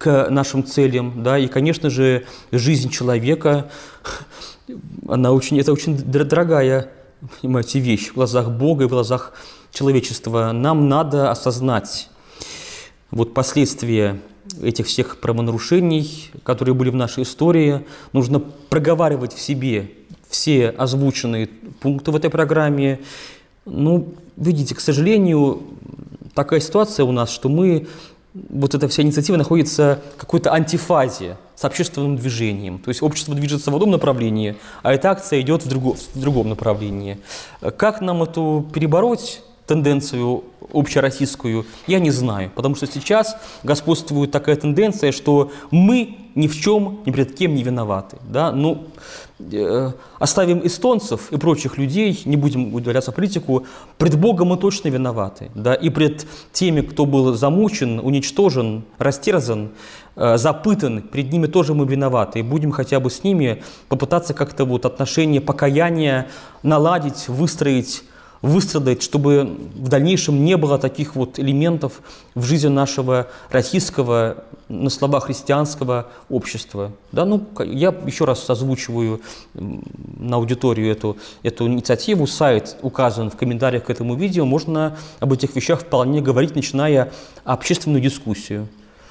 к нашим целям, да, и, конечно же, жизнь человека, это очень дорогая, понимаете, вещь в глазах Бога и в глазах человечества. Нам надо осознать вот последствия этих всех правонарушений, которые были в нашей истории. Нужно проговаривать в себе все озвученные пункты в этой программе. Ну, видите, к сожалению, такая ситуация у нас, что вот эта вся инициатива находится в какой-то антифазе с общественным движением. То есть общество движется в одном направлении, а эта акция идет в другом направлении. Как нам эту перебороть тенденцию общероссийскую, я не знаю. Потому что сейчас господствует такая тенденция, что мы ни в чем, ни перед кем не виноваты. Да? Ну, оставим эстонцев и прочих людей, не будем удаляться в политику, пред Богом мы точно виноваты. Да? И пред теми, кто был замучен, уничтожен, растерзан, запытан, перед ними тоже мы виноваты. И будем хотя бы с ними попытаться как-то вот отношения покаяния наладить, выстроить, выстрадать, чтобы в дальнейшем не было таких вот элементов в жизни нашего российского, на словах христианского общества. Да, ну, я еще раз озвучиваю на аудиторию эту инициативу. Сайт указан в комментариях к этому видео. Можно об этих вещах вполне говорить, начиная общественную дискуссию.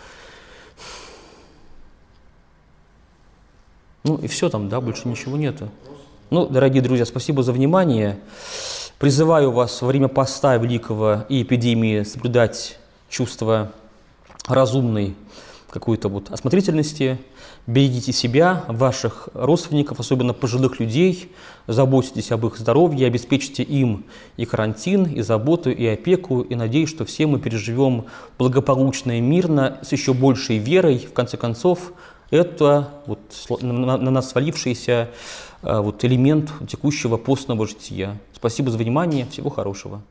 Ну и все там, да, больше ничего нету. Ну, дорогие друзья, спасибо за внимание. Призываю вас во время поста великого и эпидемии соблюдать чувство разумной какой-то вот осмотрительности. Берегите себя, ваших родственников, особенно пожилых людей. Заботьтесь об их здоровье, обеспечьте им и карантин, и заботу, и опеку. И надеюсь, что все мы переживем благополучно и мирно, с еще большей верой. В конце концов, это вот на нас свалившийся вот элемент текущего постного жития. Спасибо за внимание, всего хорошего.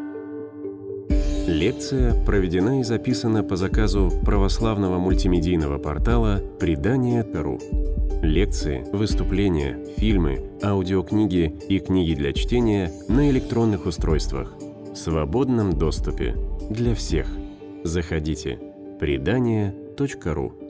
Лекция проведена и записана по заказу православного мультимедийного портала «Предания.ру». Лекции, выступления, фильмы, аудиокниги и книги для чтения на электронных устройствах в свободном доступе для всех. Заходите. Предания.ру